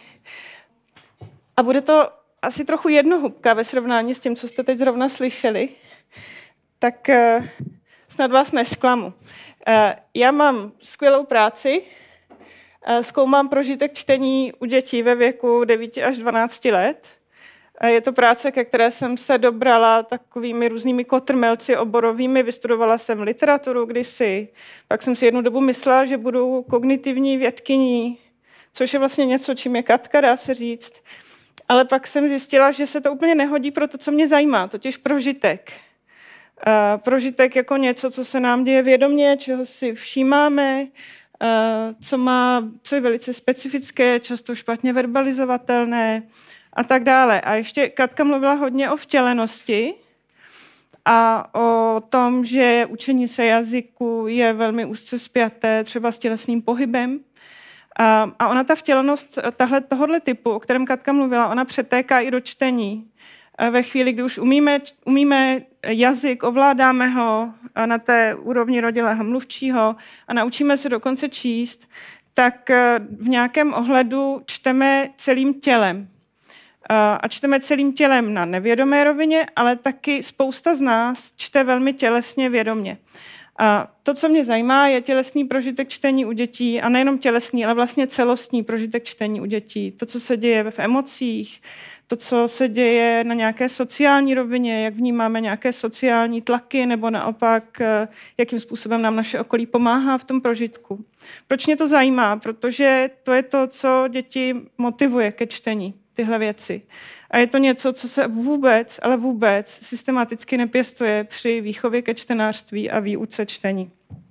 A bude to asi trochu jednohubka ve srovnání s tím, co jste teď zrovna slyšeli. Tak snad vás nesklamu. Já mám skvělou práci, zkoumám prožitek čtení u dětí ve věku devět až dvanáct let. Je to práce, ke které jsem se dobrala takovými různými kotrmelci oborovými. Vystudovala jsem literaturu kdysi, pak jsem si jednu dobu myslela, že budu kognitivní vědkyní, což je vlastně něco, čím je Katka, dá se říct. Ale pak jsem zjistila, že se to úplně nehodí pro to, co mě zajímá, totiž prožitek. Uh, prožitek jako něco, co se nám děje vědomě, čeho si všímáme, uh, co, má, co je velice specifické, často špatně verbalizovatelné a tak dále. A ještě Katka mluvila hodně o vtělenosti a o tom, že učení se jazyku je velmi úzce spjaté třeba s tělesným pohybem. A, a ona ta vtělenost tahle, tohohle typu, o kterém Katka mluvila, ona přetéká i do čtení. A ve chvíli, kdy už umíme, umíme jazyk, ovládáme ho na té úrovni rodilého mluvčího a naučíme se dokonce číst, tak v nějakém ohledu čteme celým tělem. A čteme celým tělem na nevědomé rovině, ale taky spousta z nás čte velmi tělesně vědomě. A to, co mě zajímá, je tělesný prožitek čtení u dětí, a nejenom tělesný, ale vlastně celostní prožitek čtení u dětí. To, co se děje v emocích, to, co se děje na nějaké sociální rovině, jak vnímáme nějaké sociální tlaky, nebo naopak, jakým způsobem nám naše okolí pomáhá v tom prožitku. Proč mě to zajímá? Protože to je to, co děti motivuje ke čtení, tyhle věci. A je to něco, co se vůbec, ale vůbec systematicky nepěstuje při výchově ke čtenářství a výuce čtení.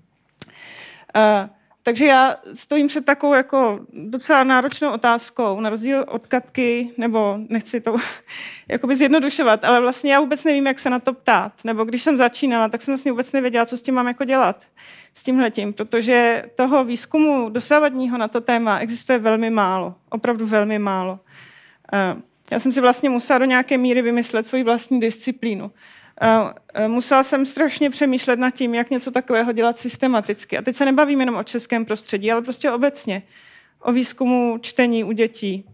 Uh, takže já stojím před takovou jako docela náročnou otázkou, na rozdíl od Katky, nebo nechci to jakoby zjednodušovat, ale vlastně já vůbec nevím, jak se na to ptát. Nebo když jsem začínala, tak jsem vlastně vůbec nevěděla, co s tím mám jako dělat. S tímhletím, protože toho výzkumu dosavadního na to téma existuje velmi málo. Opravdu velmi málo. Uh, Já jsem si vlastně musela do nějaké míry vymyslet svoji vlastní disciplínu. Musela jsem strašně přemýšlet nad tím, jak něco takového dělat systematicky. A teď se nebavím jenom o českém prostředí, ale prostě obecně o výzkumu čtení u dětí.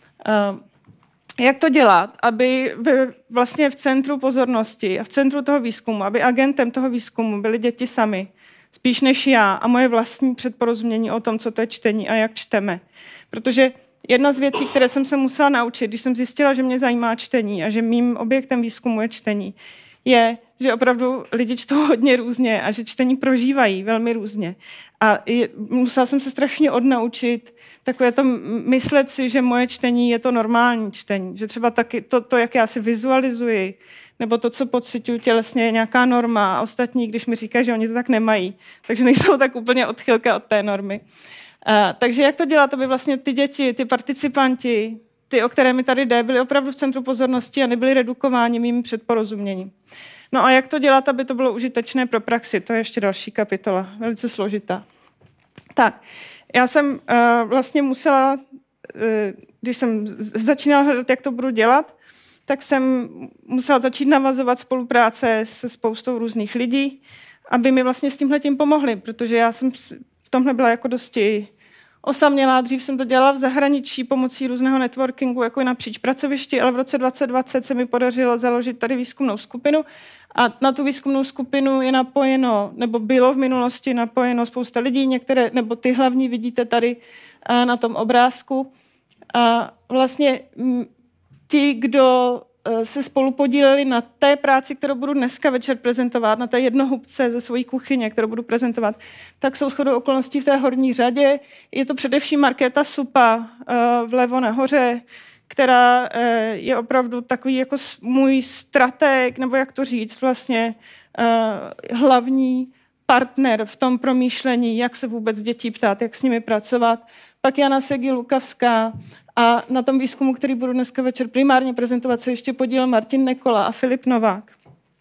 Jak to dělat, aby vlastně v centru pozornosti a v centru toho výzkumu, aby agentem toho výzkumu byly děti sami, spíš než já a moje vlastní předporozumění o tom, co to je čtení a jak čteme. Protože jedna z věcí, které jsem se musela naučit, když jsem zjistila, že mě zajímá čtení a že mým objektem výzkumu je čtení, je, že opravdu lidi čtou hodně různě a že čtení prožívají velmi různě. A je, musela jsem se strašně odnaučit takové to myslet si, že moje čtení je to normální čtení. Že třeba taky to, to jak já si vizualizuji, nebo to, co pociťuji tělesně, je nějaká norma a ostatní, když mi říkají, že oni to tak nemají, takže nejsou tak úplně odchylka od té normy. Uh, takže jak to dělat, aby vlastně ty děti, ty participanti, ty, o které mi tady jde, byli opravdu v centru pozornosti a nebyli redukováni mým předporozuměním. No a jak to dělat, aby to bylo užitečné pro praxi? To je ještě další kapitola, velice složitá. Tak, já jsem uh, vlastně musela, uh, když jsem začínala hledat, jak to budu dělat, tak jsem musela začít navazovat spolupráce se spoustou různých lidí, aby mi vlastně s tímhletím pomohli, protože já jsem v tomhle byla jako dosti osamělá. Dřív jsem to dělala v zahraničí pomocí různého networkingu, jako i napříč pracovišti, ale v roce dvacet dvacet se mi podařilo založit tady výzkumnou skupinu a na tu výzkumnou skupinu je napojeno, nebo bylo v minulosti napojeno spousta lidí, některé, nebo ty hlavní vidíte tady na tom obrázku. A vlastně ti, kdo se spolu podíleli na té práci, kterou budu dneska večer prezentovat, na té jednohubce ze svojí kuchyně, kterou budu prezentovat, tak jsou shodou okolností v té horní řadě. Je to především Markéta Supa vlevo nahoře, která je opravdu takový jako můj strateg, nebo jak to říct, vlastně hlavní partner v tom promýšlení, jak se vůbec dětí ptát, jak s nimi pracovat. Pak Jana Segi-Lukavská a na tom výzkumu, který budu dneska večer primárně prezentovat, se ještě podílel Martin Nekola a Filip Novák.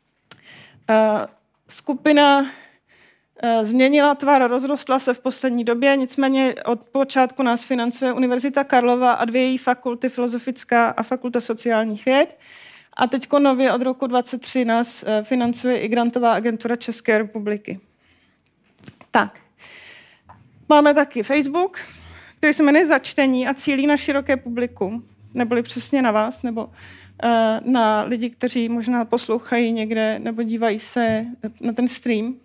Skupina změnila tvar, rozrostla se v poslední době, nicméně od počátku nás financuje Univerzita Karlova a dvě její fakulty, Filozofická a Fakulta sociálních věd. A teďko nově od roku dvacet tři nás financuje i Grantová agentura České republiky. Tak, máme taky Facebook, který se jmenuje Za čtení a cílí na široké publikum, neboli přesně na vás, nebo uh, na lidi, kteří možná poslouchají někde nebo dívají se na ten stream. Uh,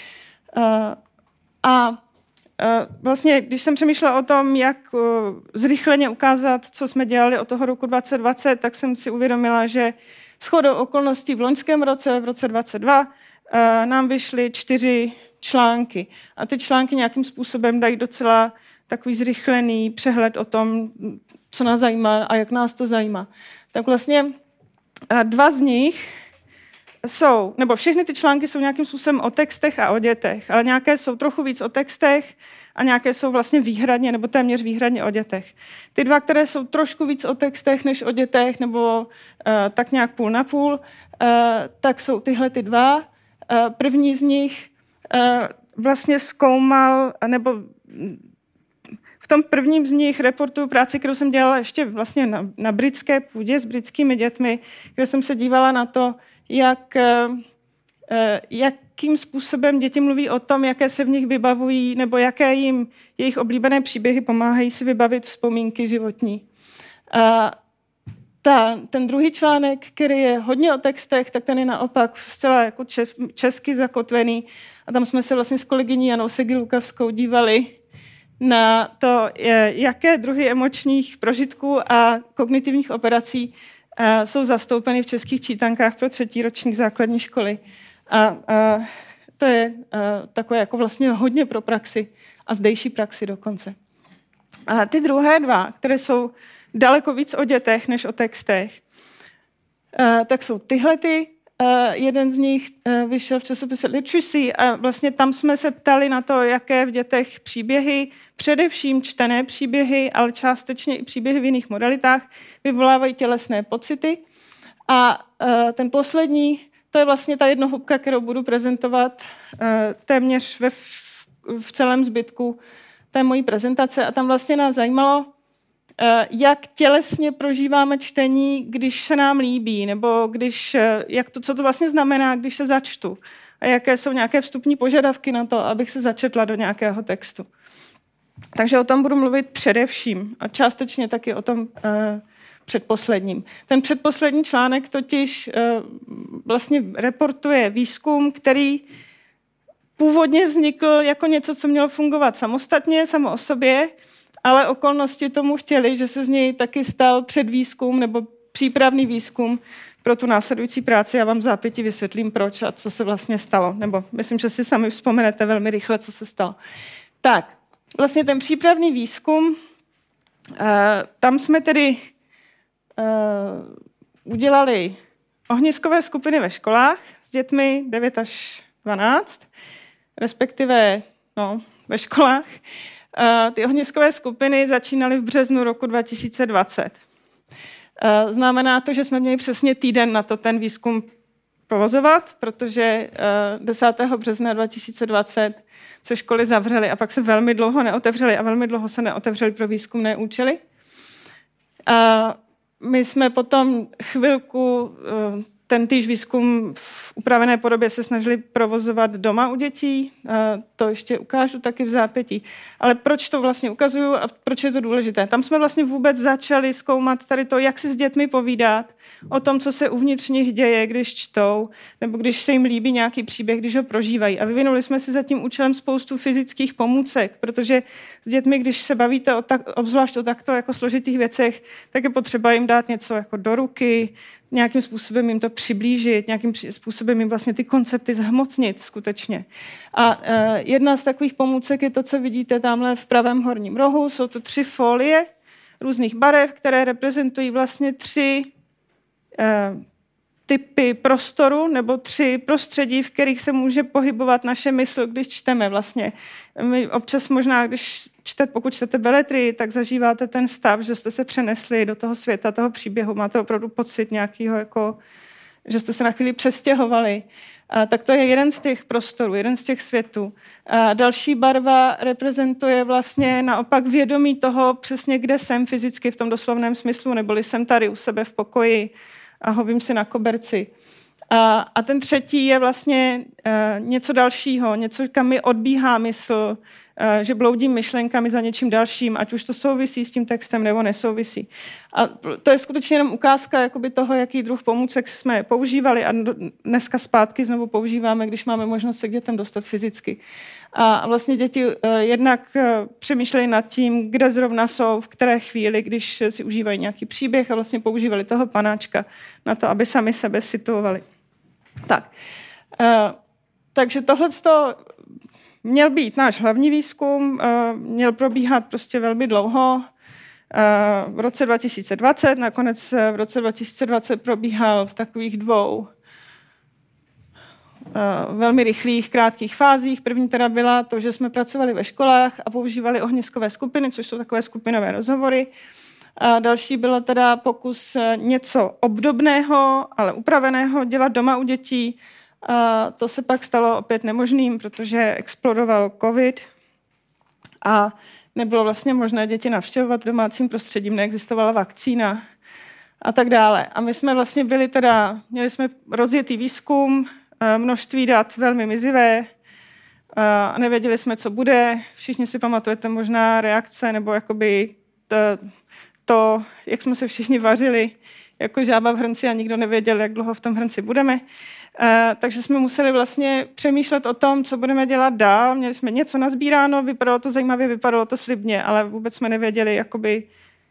a uh, vlastně, když jsem přemýšlela o tom, jak uh, zrychleně ukázat, co jsme dělali od toho roku dvacet dvacet, tak jsem si uvědomila, že shodou okolností v loňském roce, v roce dvacet dva, uh, nám vyšly čtyři články. A ty články nějakým způsobem dají docela takový zrychlený přehled o tom, co nás zajímá a jak nás to zajímá. Tak vlastně dva z nich jsou, nebo všechny ty články jsou nějakým způsobem o textech a o dětech, ale nějaké jsou trochu víc o textech a nějaké jsou vlastně výhradně nebo téměř výhradně o dětech. Ty dva, které jsou trošku víc o textech než o dětech, nebo uh, tak nějak půl na půl, uh, tak jsou tyhle ty dva. Uh, první z nich uh, vlastně zkoumal, nebo v tom prvním z nich reportuju práci, kterou jsem dělala ještě vlastně na, na britské půdě s britskými dětmi, kde jsem se dívala na to, jak, jakým způsobem děti mluví o tom, jaké se v nich vybavují, nebo jaké jim jejich oblíbené příběhy pomáhají si vybavit vzpomínky životní. A ta, ten druhý článek, který je hodně o textech, tak ten je naopak zcela jako česky zakotvený. A tam jsme se vlastně s kolegyní Janou Segi-Lukavskou dívali na to, jaké druhy emočních prožitků a kognitivních operací jsou zastoupeny v českých čítankách pro třetí ročník základní školy. A, a to je a, takové jako vlastně hodně pro praxi a zdejší praxi dokonce. A ty druhé dva, které jsou daleko víc o dětech než o textech, a, tak jsou tyhle ty. Uh, jeden z nich uh, vyšel v časopise Literacy a vlastně tam jsme se ptali na to, jaké v dětech příběhy, především čtené příběhy, ale částečně i příběhy v jiných modalitách, vyvolávají tělesné pocity. A uh, ten poslední, to je vlastně ta jednohubka, kterou budu prezentovat uh, téměř ve, v celém zbytku té mojí prezentace. A tam vlastně nás zajímalo, jak tělesně prožíváme čtení, když se nám líbí, nebo když, jak to, co to vlastně znamená, když se začtu. A jaké jsou nějaké vstupní požadavky na to, abych se začetla do nějakého textu. Takže o tom budu mluvit především a částečně taky o tom uh, předposledním. Ten předposlední článek totiž uh, vlastně reportuje výzkum, který původně vznikl jako něco, co mělo fungovat samostatně, samo o sobě, ale okolnosti tomu chtěli, že se z něj taky stal předvýzkum nebo přípravný výzkum pro tu následující práci. Já vám v zápěti vysvětlím, proč a co se vlastně stalo. Nebo myslím, že si sami vzpomenete velmi rychle, co se stalo. Tak, vlastně ten přípravný výzkum, uh, tam jsme tedy uh, udělali ohniskové skupiny ve školách s dětmi devět až dvanáct, respektive no, ve školách. Uh, ty ohniskové skupiny začínaly v březnu roku dva tisíce dvacet. Uh, znamená to, že jsme měli přesně týden na to ten výzkum provozovat, protože uh, desátého března dva tisíce dvacet se školy zavřely a pak se velmi dlouho neotevřely a velmi dlouho se neotevřely pro výzkumné účely. Uh, my jsme potom chvilku uh, ten týž výzkum v upravené podobě se snažili provozovat doma u dětí. To ještě ukážu taky v zápětí. Ale proč to vlastně ukazuju a proč je to důležité? Tam jsme vlastně vůbec začali zkoumat tady to, jak si s dětmi povídat o tom, co se uvnitř nich děje, když čtou, nebo když se jim líbí nějaký příběh, když ho prožívají. A vyvinuli jsme si za tím účelem spoustu fyzických pomůcek, protože s dětmi, když se bavíte o tak, obzvlášť o takto jako složitých věcech, tak je potřeba jim dát něco jako do ruky, nějakým způsobem jim to přiblížit, nějakým způsobem jim vlastně ty koncepty zhmotnit skutečně. A uh, jedna z takových pomůcek je to, co vidíte tamhle v pravém horním rohu. Jsou to tři folie různých barev, které reprezentují vlastně tři uh, typy prostoru nebo tři prostředí, v kterých se může pohybovat naše mysl, když čteme vlastně. My občas možná, když čtete, pokud čtete beletrii, tak zažíváte ten stav, že jste se přenesli do toho světa, toho příběhu. Máte opravdu pocit nějakého, jako, že jste se na chvíli přestěhovali. A tak to je jeden z těch prostorů, jeden z těch světů. A další barva reprezentuje vlastně naopak vědomí toho přesně, kde jsem fyzicky v tom doslovném smyslu, neboli jsem tady u sebe v pokoji a hovím si na koberci. A, a ten třetí je vlastně uh, něco dalšího, něco, kam mi odbíhá mysl, uh, že bloudím myšlenkami za něčím dalším, ať už to souvisí s tím textem nebo nesouvisí. A to je skutečně jenom ukázka jakoby toho, jaký druh pomůcek jsme používali a dneska zpátky znovu používáme, když máme možnost se k dětem dostat fyzicky. A vlastně děti uh, jednak uh, přemýšleli nad tím, kde zrovna jsou, v které chvíli, když si užívají nějaký příběh a vlastně používali toho panáčka na to, aby sami sebe situovali. Tak, uh, takže tohleto měl být náš hlavní výzkum, uh, měl probíhat prostě velmi dlouho. Uh, v roce dva tisíce dvacet, nakonec v roce dva tisíce dvacet probíhal v takových dvou velmi rychlých, krátkých fázích. První teda byla to, že jsme pracovali ve školách a používali ohniskové skupiny, což jsou takové skupinové rozhovory. A další bylo teda pokus něco obdobného, ale upraveného dělat doma u dětí. A to se pak stalo opět nemožným, protože explodoval covid a nebylo vlastně možné děti navštěvovat v domácím prostředí, neexistovala vakcína a tak dále. A my jsme vlastně byli teda, měli jsme rozjetý výzkum, množství dat velmi mizivé a nevěděli jsme, co bude. Všichni si pamatujete možná reakce nebo jakoby to, to, jak jsme se všichni vařili jako žába v hrnci a nikdo nevěděl, jak dlouho v tom hrnci budeme. Uh, takže jsme museli vlastně přemýšlet o tom, co budeme dělat dál. Měli jsme něco nazbíráno, vypadalo to zajímavě, vypadalo to slibně, ale vůbec jsme nevěděli, jakoby,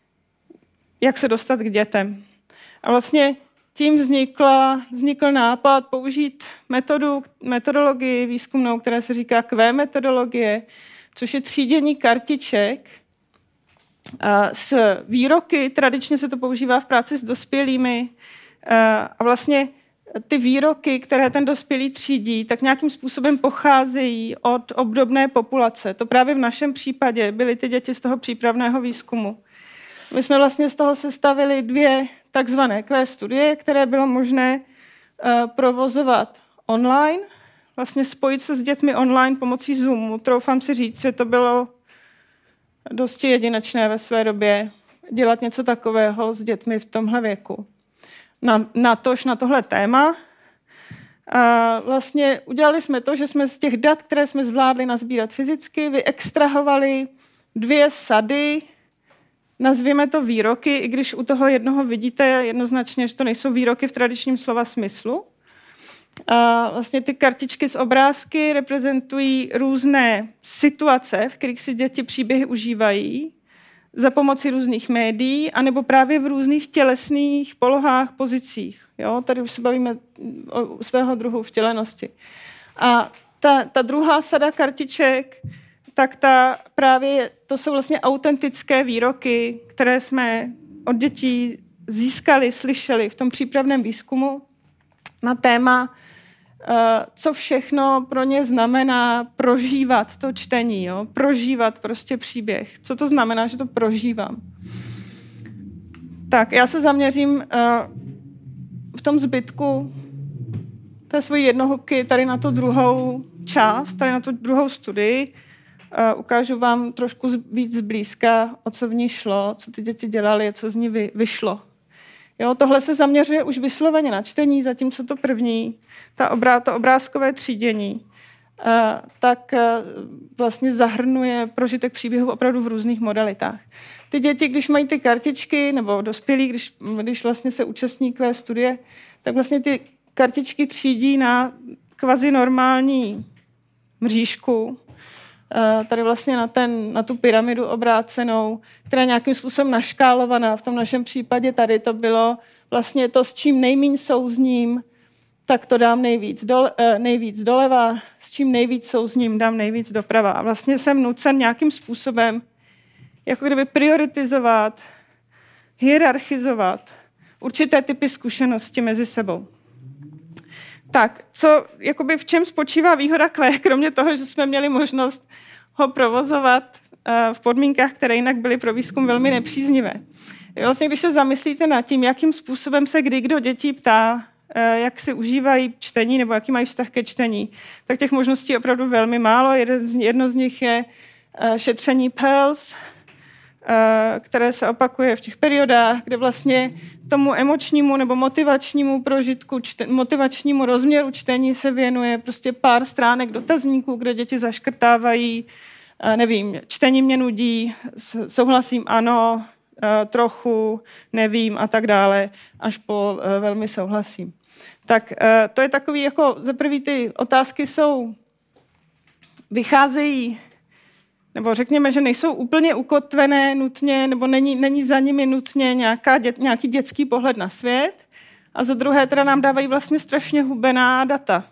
jak se dostat k dětem. A vlastně tím vznikla, vznikl nápad použít metodu, metodologii výzkumnou, která se říká Q metodologie, což je třídění kartiček uh, s výroky. Tradičně se to používá v práci s dospělými uh, a vlastně ty výroky, které ten dospělý třídí, tak nějakým způsobem pocházejí od obdobné populace. To právě v našem případě byly ty děti z toho přípravného výzkumu. My jsme vlastně z toho sestavili dvě takzvané Q studie, které bylo možné uh, provozovat online, vlastně spojit se s dětmi online pomocí Zoomu. Troufám si říct, že to bylo dosti jedinečné ve své době dělat něco takového s dětmi v tomhle věku. Na, na, tož, na tohle téma. A vlastně udělali jsme to, že jsme z těch dat, které jsme zvládli nazbírat fyzicky, vyextrahovali dvě sady, nazvěme to výroky, i když u toho jednoho vidíte jednoznačně, že to nejsou výroky v tradičním slova smyslu. A vlastně ty kartičky z obrázky reprezentují různé situace, v kterých si děti příběhy užívají, za pomoci různých médií, anebo právě v různých tělesných polohách, pozicích. Jo? Tady už se bavíme o svého druhu vtělenosti. A ta, ta druhá sada kartiček, tak ta právě, to jsou vlastně autentické výroky, které jsme od dětí získali, slyšeli v tom přípravném výzkumu na téma, co všechno pro ně znamená prožívat to čtení, jo? Prožívat prostě příběh. Co to znamená, že to prožívám? Tak, já se zaměřím uh, v tom zbytku té svojí jednohubky tady na tu druhou část, tady na tu druhou studii. Uh, ukážu vám trošku víc zblízka, o co v ní šlo, co ty děti dělali, co z ní vy, vyšlo. Jo, tohle se zaměřuje už vysloveně na čtení, zatímco to první, ta obrá, to obrázkové třídění, uh, tak uh, vlastně zahrnuje prožitek příběhu opravdu v různých modalitách. Ty děti, když mají ty kartičky, nebo dospělí, když, když vlastně se účastní Q studie, tak vlastně ty kartičky třídí na kvazi normální mřížku, tady vlastně na, ten, na tu pyramidu obrácenou, která je nějakým způsobem naškálovaná. V tom našem případě tady to bylo vlastně to, s čím nejmíň souzním, tak to dám nejvíc, dole, nejvíc doleva, s čím nejvíc souzním, dám nejvíc doprava. A vlastně jsem nucen nějakým způsobem jako kdyby prioritizovat, hierarchizovat určité typy zkušeností mezi sebou. Tak, co, jakoby v čem spočívá výhoda Q, kromě toho, že jsme měli možnost ho provozovat uh, v podmínkách, které jinak byly pro výzkum velmi nepříznivé. Vlastně, když se zamyslíte nad tím, jakým způsobem se kdy kdo dětí ptá, uh, jak si užívají čtení nebo jaký mají vztah ke čtení, tak těch možností je opravdu velmi málo. Jeden z, jedno z nich je uh, šetření P E L S, které se opakuje v těch periodách, kde vlastně tomu emočnímu nebo motivačnímu prožitku, čten, motivačnímu rozměru čtení se věnuje prostě pár stránek dotazníků, kde děti zaškrtávají, nevím, čtení mě nudí, souhlasím ano, trochu, nevím a tak dále, až po velmi souhlasím. Tak to je takový, jako za prvý ty otázky jsou, vycházejí, nebo řekněme, že nejsou úplně ukotvené nutně, nebo není, není za nimi nutně nějaká dět, nějaký dětský pohled na svět. A za druhé teda nám dávají vlastně strašně hubená data.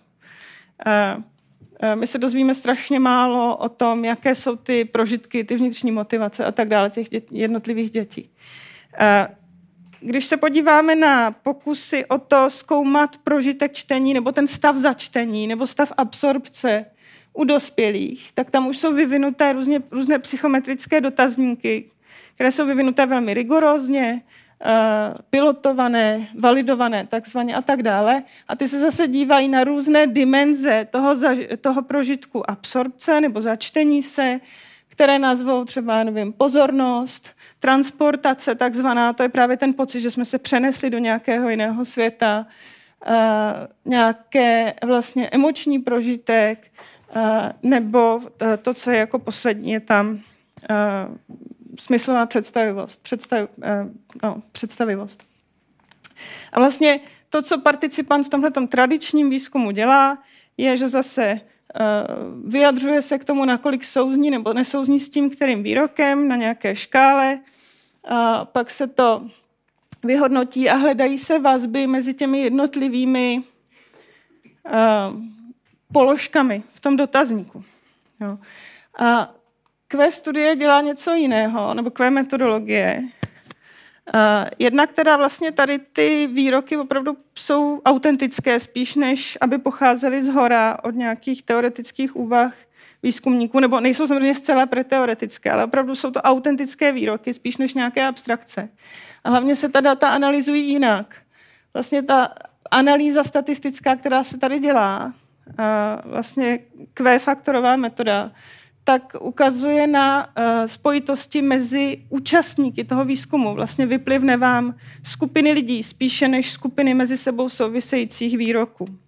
My se dozvíme strašně málo o tom, jaké jsou ty prožitky, ty vnitřní motivace a tak dále těch dět, jednotlivých dětí. když se podíváme na pokusy o to zkoumat prožitek čtení nebo ten stav začtení nebo stav absorpce u dospělých, tak tam už jsou vyvinuté různě, různé psychometrické dotazníky, které jsou vyvinuté velmi rigorózně, Uh, pilotované, validované takzvaně a tak dále. A ty se zase dívají na různé dimenze toho, za, toho prožitku absorpce nebo začtení se, které nazvou třeba, nevím, pozornost, transportace takzvaná, to je právě ten pocit, že jsme se přenesli do nějakého jiného světa, uh, nějaké vlastně emoční prožitek, uh, nebo to, co je jako poslední, je tam uh, smyslová představivost, představ, no, představivost. A vlastně to, co participant v tomhletom tradičním výzkumu dělá, je, že zase uh, vyjadřuje se k tomu, nakolik souzní nebo nesouzní s tím, kterým výrokem na nějaké škále. A pak se to vyhodnotí a hledají se vazby mezi těmi jednotlivými uh, položkami v tom dotazníku. Jo. A Q studie dělá něco jiného, nebo Q metodologie. Jedna, která vlastně tady ty výroky opravdu jsou autentické, spíš než aby pocházely zhora od nějakých teoretických úvah výzkumníků, nebo nejsou samozřejmě zcela preteoretické, ale opravdu jsou to autentické výroky, spíš než nějaké abstrakce. A hlavně se ta data analyzují jinak. Vlastně ta analýza statistická, která se tady dělá, vlastně Q-faktorová metoda, tak ukazuje na uh, spojitosti mezi účastníky toho výzkumu. Vlastně vyplivne vám skupiny lidí spíše než skupiny mezi sebou souvisejících výroků. Uh,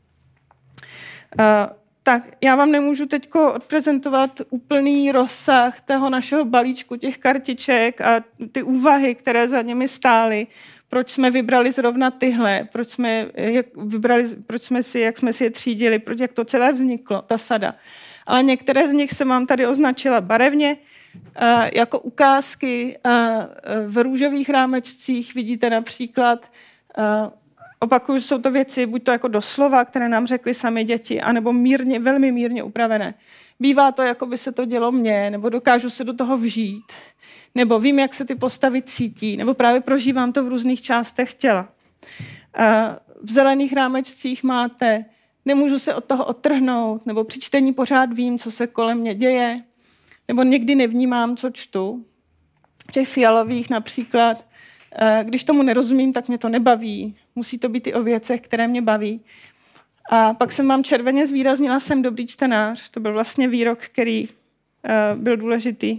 tak já vám nemůžu teď odprezentovat úplný rozsah toho našeho balíčku těch kartiček a ty úvahy, které za nimi stály, proč jsme vybrali zrovna tyhle, proč jsme, jak, vybrali, proč jsme si, jak jsme si je třídili, proč, jak to celé vzniklo, ta sada. Ale některé z nich jsem vám tady označila barevně, uh, jako ukázky uh, v růžových rámečcích. Vidíte například, uh, opakuju, jsou to věci, buď to jako doslova, které nám řekly sami děti, anebo mírně, velmi mírně upravené. Bývá to, jako by se to dělo mně, nebo dokážu se do toho vžít, nebo vím, jak se ty postavy cítí, nebo právě prožívám to v různých částech těla. Uh, v zelených rámečcích máte nemůžu se od toho odtrhnout, nebo při čtení pořád vím, co se kolem mě děje, nebo někdy nevnímám, co čtu. V těch fialových například, když tomu nerozumím, tak mě to nebaví. Musí to být i o věcech, které mě baví. A pak jsem vám červeně zvýraznila, jsem dobrý čtenář. To byl vlastně výrok, který byl důležitý.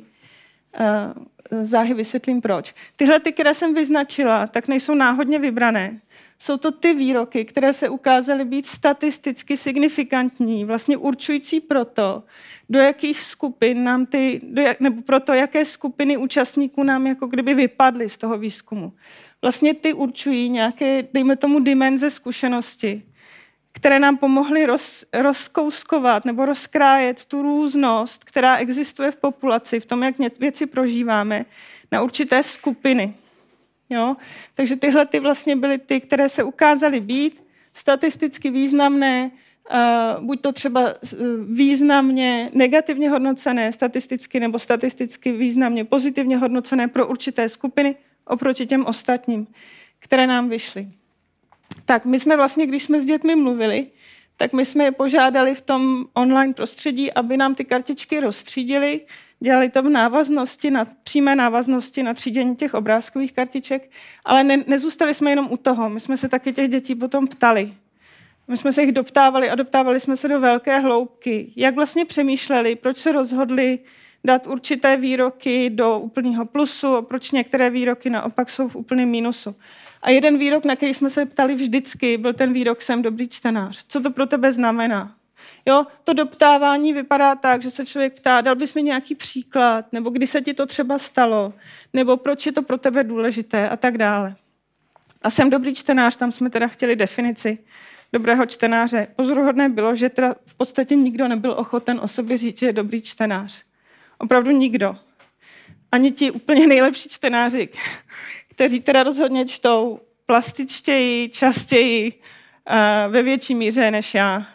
Záhy vysvětlím proč. Tyhle, ty, které jsem vyznačila, tak nejsou náhodně vybrané. Jsou to ty výroky, které se ukázaly být statisticky signifikantní, vlastně určující pro to, do jakých skupin nám ty, do jak, nebo pro to, jaké skupiny účastníků nám jako kdyby vypadly z toho výzkumu. Vlastně ty určují nějaké, dejme tomu, dimenze zkušenosti, které nám pomohly roz, rozkouskovat nebo rozkrájet tu různost, která existuje v populaci, v tom, jak věci prožíváme, na určité skupiny. Jo? Takže tyhle ty vlastně byly ty, které se ukázaly být statisticky významné, uh, buď to třeba významně negativně hodnocené statisticky nebo statisticky významně pozitivně hodnocené pro určité skupiny oproti těm ostatním, které nám vyšly. Tak my jsme vlastně, když jsme s dětmi mluvili, tak my jsme je požádali v tom online prostředí, aby nám ty kartičky rozstřídili, dělali to v návaznosti, na, přímé návaznosti na třídění těch obrázkových kartiček, ale ne, nezůstali jsme jenom u toho. My jsme se taky těch dětí potom ptali. My jsme se jich doptávali a doptávali jsme se do velké hloubky. Jak vlastně přemýšleli, proč se rozhodli dát určité výroky do úplného plusu a proč některé výroky naopak jsou v úplném mínusu. A jeden výrok, na který jsme se ptali vždycky, byl ten výrok jsem dobrý čtenář. Co to pro tebe znamená? Jo, to doptávání vypadá tak, že se člověk ptá, dal bys mi nějaký příklad, nebo kdy se ti to třeba stalo, nebo proč je to pro tebe důležité a tak dále. A jsem dobrý čtenář, tam jsme teda chtěli definici dobrého čtenáře. Pozoruhodné bylo, že teda v podstatě nikdo nebyl ochoten o sobě říct, že je dobrý čtenář. Opravdu nikdo. Ani ti úplně nejlepší čtenáři, kteří teda rozhodně čtou plastičtěji, častěji, ve větší míře než já,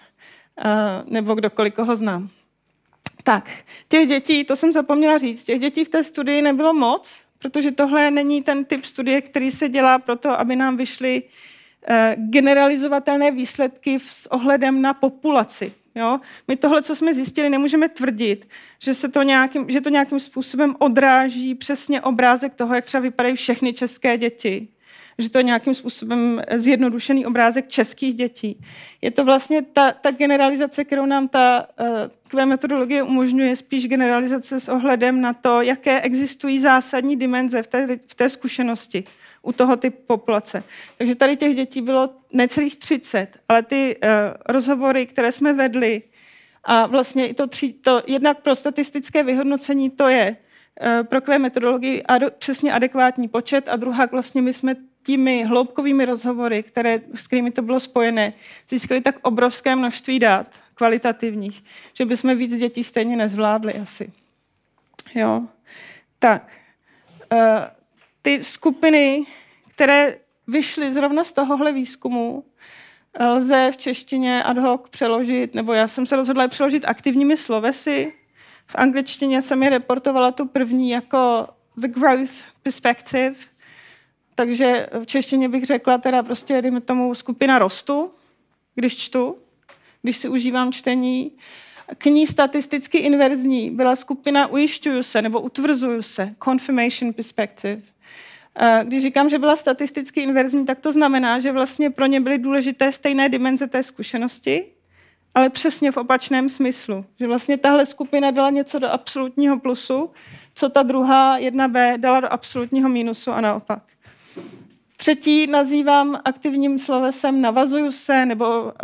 nebo kdokoliv, koho znám. Tak, těch dětí, to jsem zapomněla říct, těch dětí v té studii nebylo moc, protože tohle není ten typ studie, který se dělá proto, aby nám vyšly generalizovatelné výsledky s ohledem na populaci. Jo? My tohle, co jsme zjistili, nemůžeme tvrdit, že, se to nějakým, že to nějakým způsobem odráží přesně obrázek toho, jak třeba vypadají všechny české děti. Že to je nějakým způsobem zjednodušený obrázek českých dětí. Je to vlastně ta, ta generalizace, kterou nám ta uh, Q metodologie umožňuje, spíš generalizace s ohledem na to, jaké existují zásadní dimenze v té, v té zkušenosti u toho typu populace. Takže tady těch dětí bylo necelých třicet, ale ty uh, rozhovory, které jsme vedli, a vlastně i to, tři, to jednak pro statistické vyhodnocení, to je uh, pro Q metodologii ado, přesně adekvátní počet, a druhá vlastně my jsme těmi hloubkovými rozhovory, které, s kterými to bylo spojené, získali tak obrovské množství dat kvalitativních, že bychom víc dětí stejně nezvládli asi. Jo. Tak. Uh, ty skupiny, které vyšly zrovna z tohohle výzkumu, lze v češtině ad hoc přeložit, nebo já jsem se rozhodla je přeložit aktivními slovesy. V angličtině jsem je reportovala tu první jako the growth perspective, takže v češtině bych řekla teda prostě, dejme tomu, skupina rostu, když čtu, když si užívám čtení. K ní statisticky inverzní byla skupina ujišťuju se nebo utvrzuju se, confirmation perspective. Když říkám, že byla statisticky inverzní, tak to znamená, že vlastně pro ně byly důležité stejné dimenze té zkušenosti, ale přesně v opačném smyslu. Že vlastně tahle skupina dala něco do absolutního plusu, co ta druhá jedna bé dala do absolutního mínusu a naopak. Třetí nazývám aktivním slovesem navazuju se, nebo uh,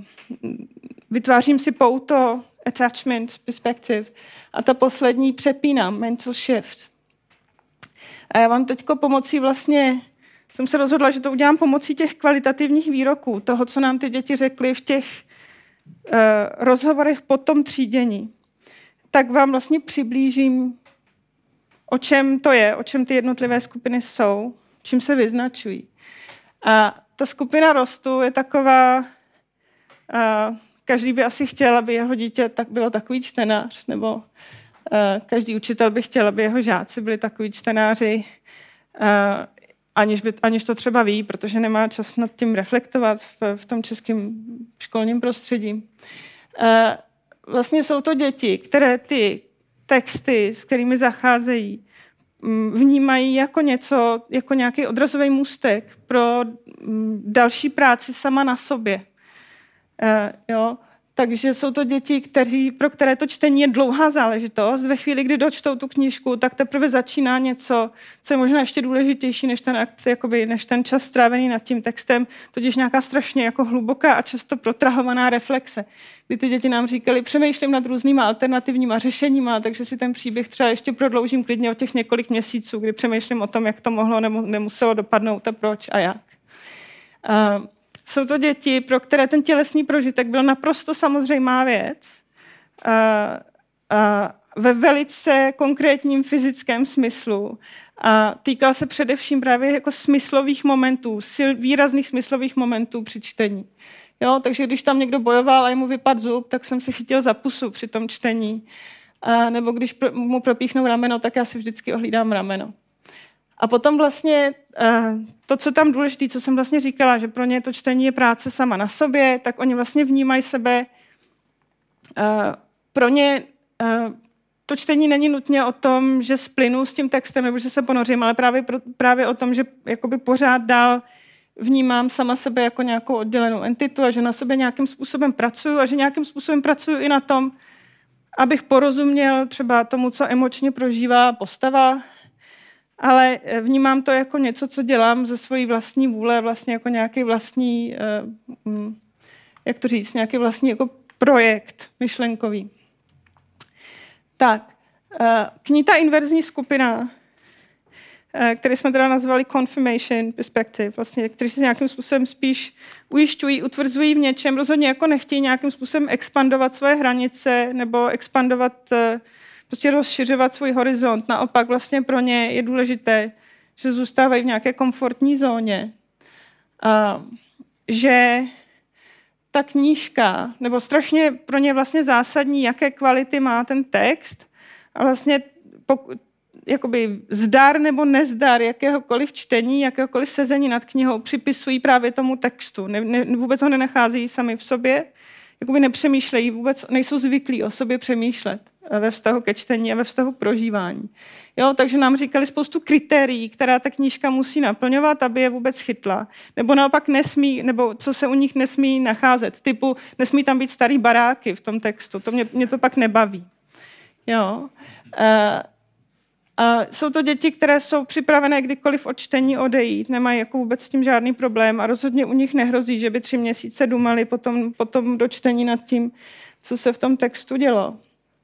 vytvářím si pouto, attachment perspective. A ta poslední přepínám, mental shift. A já vám teďko pomocí vlastně, jsem se rozhodla, že to udělám pomocí těch kvalitativních výroků, toho, co nám ty děti řekly v těch uh, rozhovorech po tom třídění. Tak vám vlastně přiblížím, o čem to je, o čem ty jednotlivé skupiny jsou, čím se vyznačují. A ta skupina rostu je taková, uh, každý by asi chtěl, aby jeho dítě tak bylo takový čtenář, nebo uh, každý učitel by chtěl, aby jeho žáci byli takový čtenáři, uh, aniž, by, aniž to třeba ví, protože nemá čas nad tím reflektovat v, v tom českém školním prostředí. Uh, vlastně jsou to děti, které ty texty, s kterými zacházejí, vnímají jako něco, jako nějaký odrazový můstek pro další práci sama na sobě. E, jo? Takže jsou to děti, kteří, pro které to čtení je dlouhá záležitost. Ve chvíli, kdy dočtou tu knížku, tak teprve začíná něco, co je možná ještě důležitější než ten akt, jakoby, než ten čas strávený nad tím textem, totiž nějaká strašně jako hluboká a často protrahovaná reflexe. Kdy ty děti nám říkali, přemýšlím nad různýma alternativníma řešeníma, takže si ten příběh třeba ještě prodloužím klidně o těch několik měsíců, kdy přemýšlím o tom, jak to mohlo nebo nemuselo dopadnout a proč a jak. Uh, Jsou to děti, pro které ten tělesný prožitek byl naprosto samozřejmá věc a, a ve velice konkrétním fyzickém smyslu. A týkal se především právě jako smyslových momentů, sil, výrazných smyslových momentů při čtení. Jo, takže když tam někdo bojoval a jemu vypadl zub, tak jsem se chytil za pusu při tom čtení. A, nebo když pro, mu propíchnou rameno, tak já si vždycky ohlídám rameno. A potom vlastně to, co tam důležité, co jsem vlastně říkala, že pro ně to čtení je práce sama na sobě, tak oni vlastně vnímají sebe. Pro ně to čtení není nutně o tom, že splynu s tím textem nebo že se ponořím, ale právě, právě o tom, že jakoby pořád dál vnímám sama sebe jako nějakou oddělenou entitu a že na sobě nějakým způsobem pracuju a že nějakým způsobem pracuju i na tom, abych porozuměl třeba tomu, co emočně prožívá postava, ale vnímám to jako něco, co dělám ze svojí vlastní vůle, vlastně jako nějaký vlastní, jak to říct, nějaký vlastní jako projekt myšlenkový. Tak, k ní ta inverzní skupina, který jsme teda nazvali confirmation perspective, vlastně, kteří se nějakým způsobem spíš ujišťují, utvrzují v něčem, rozhodně jako nechtějí nějakým způsobem expandovat svoje hranice nebo expandovat, prostě rozšiřovat svůj horizont. Naopak vlastně pro ně je důležité, že zůstávají v nějaké komfortní zóně. A že ta knížka, nebo strašně pro ně vlastně zásadní, jaké kvality má ten text, a vlastně pokud jakoby zdar nebo nezdar jakéhokoliv čtení, jakéhokoliv sezení nad knihou připisují právě tomu textu. Ne, ne, vůbec ho nenacházejí sami v sobě, jakoby nepřemýšlejí, vůbec nejsou zvyklí o sobě přemýšlet ve vztahu ke čtení a ve vztahu k prožívání. Jo, takže nám říkali spoustu kritérií, která ta knížka musí naplňovat, aby je vůbec chytla. Nebo naopak nesmí, nebo co se u nich nesmí nacházet. Typu, nesmí tam být starý baráky v tom textu. To mě, mě to pak nebaví. Jo. E, a jsou to děti, které jsou připravené kdykoliv od čtení odejít, nemají jako vůbec s tím žádný problém a rozhodně u nich nehrozí, že by tři měsíce dumali potom, potom do čtení nad tím, co se v tom textu dělo.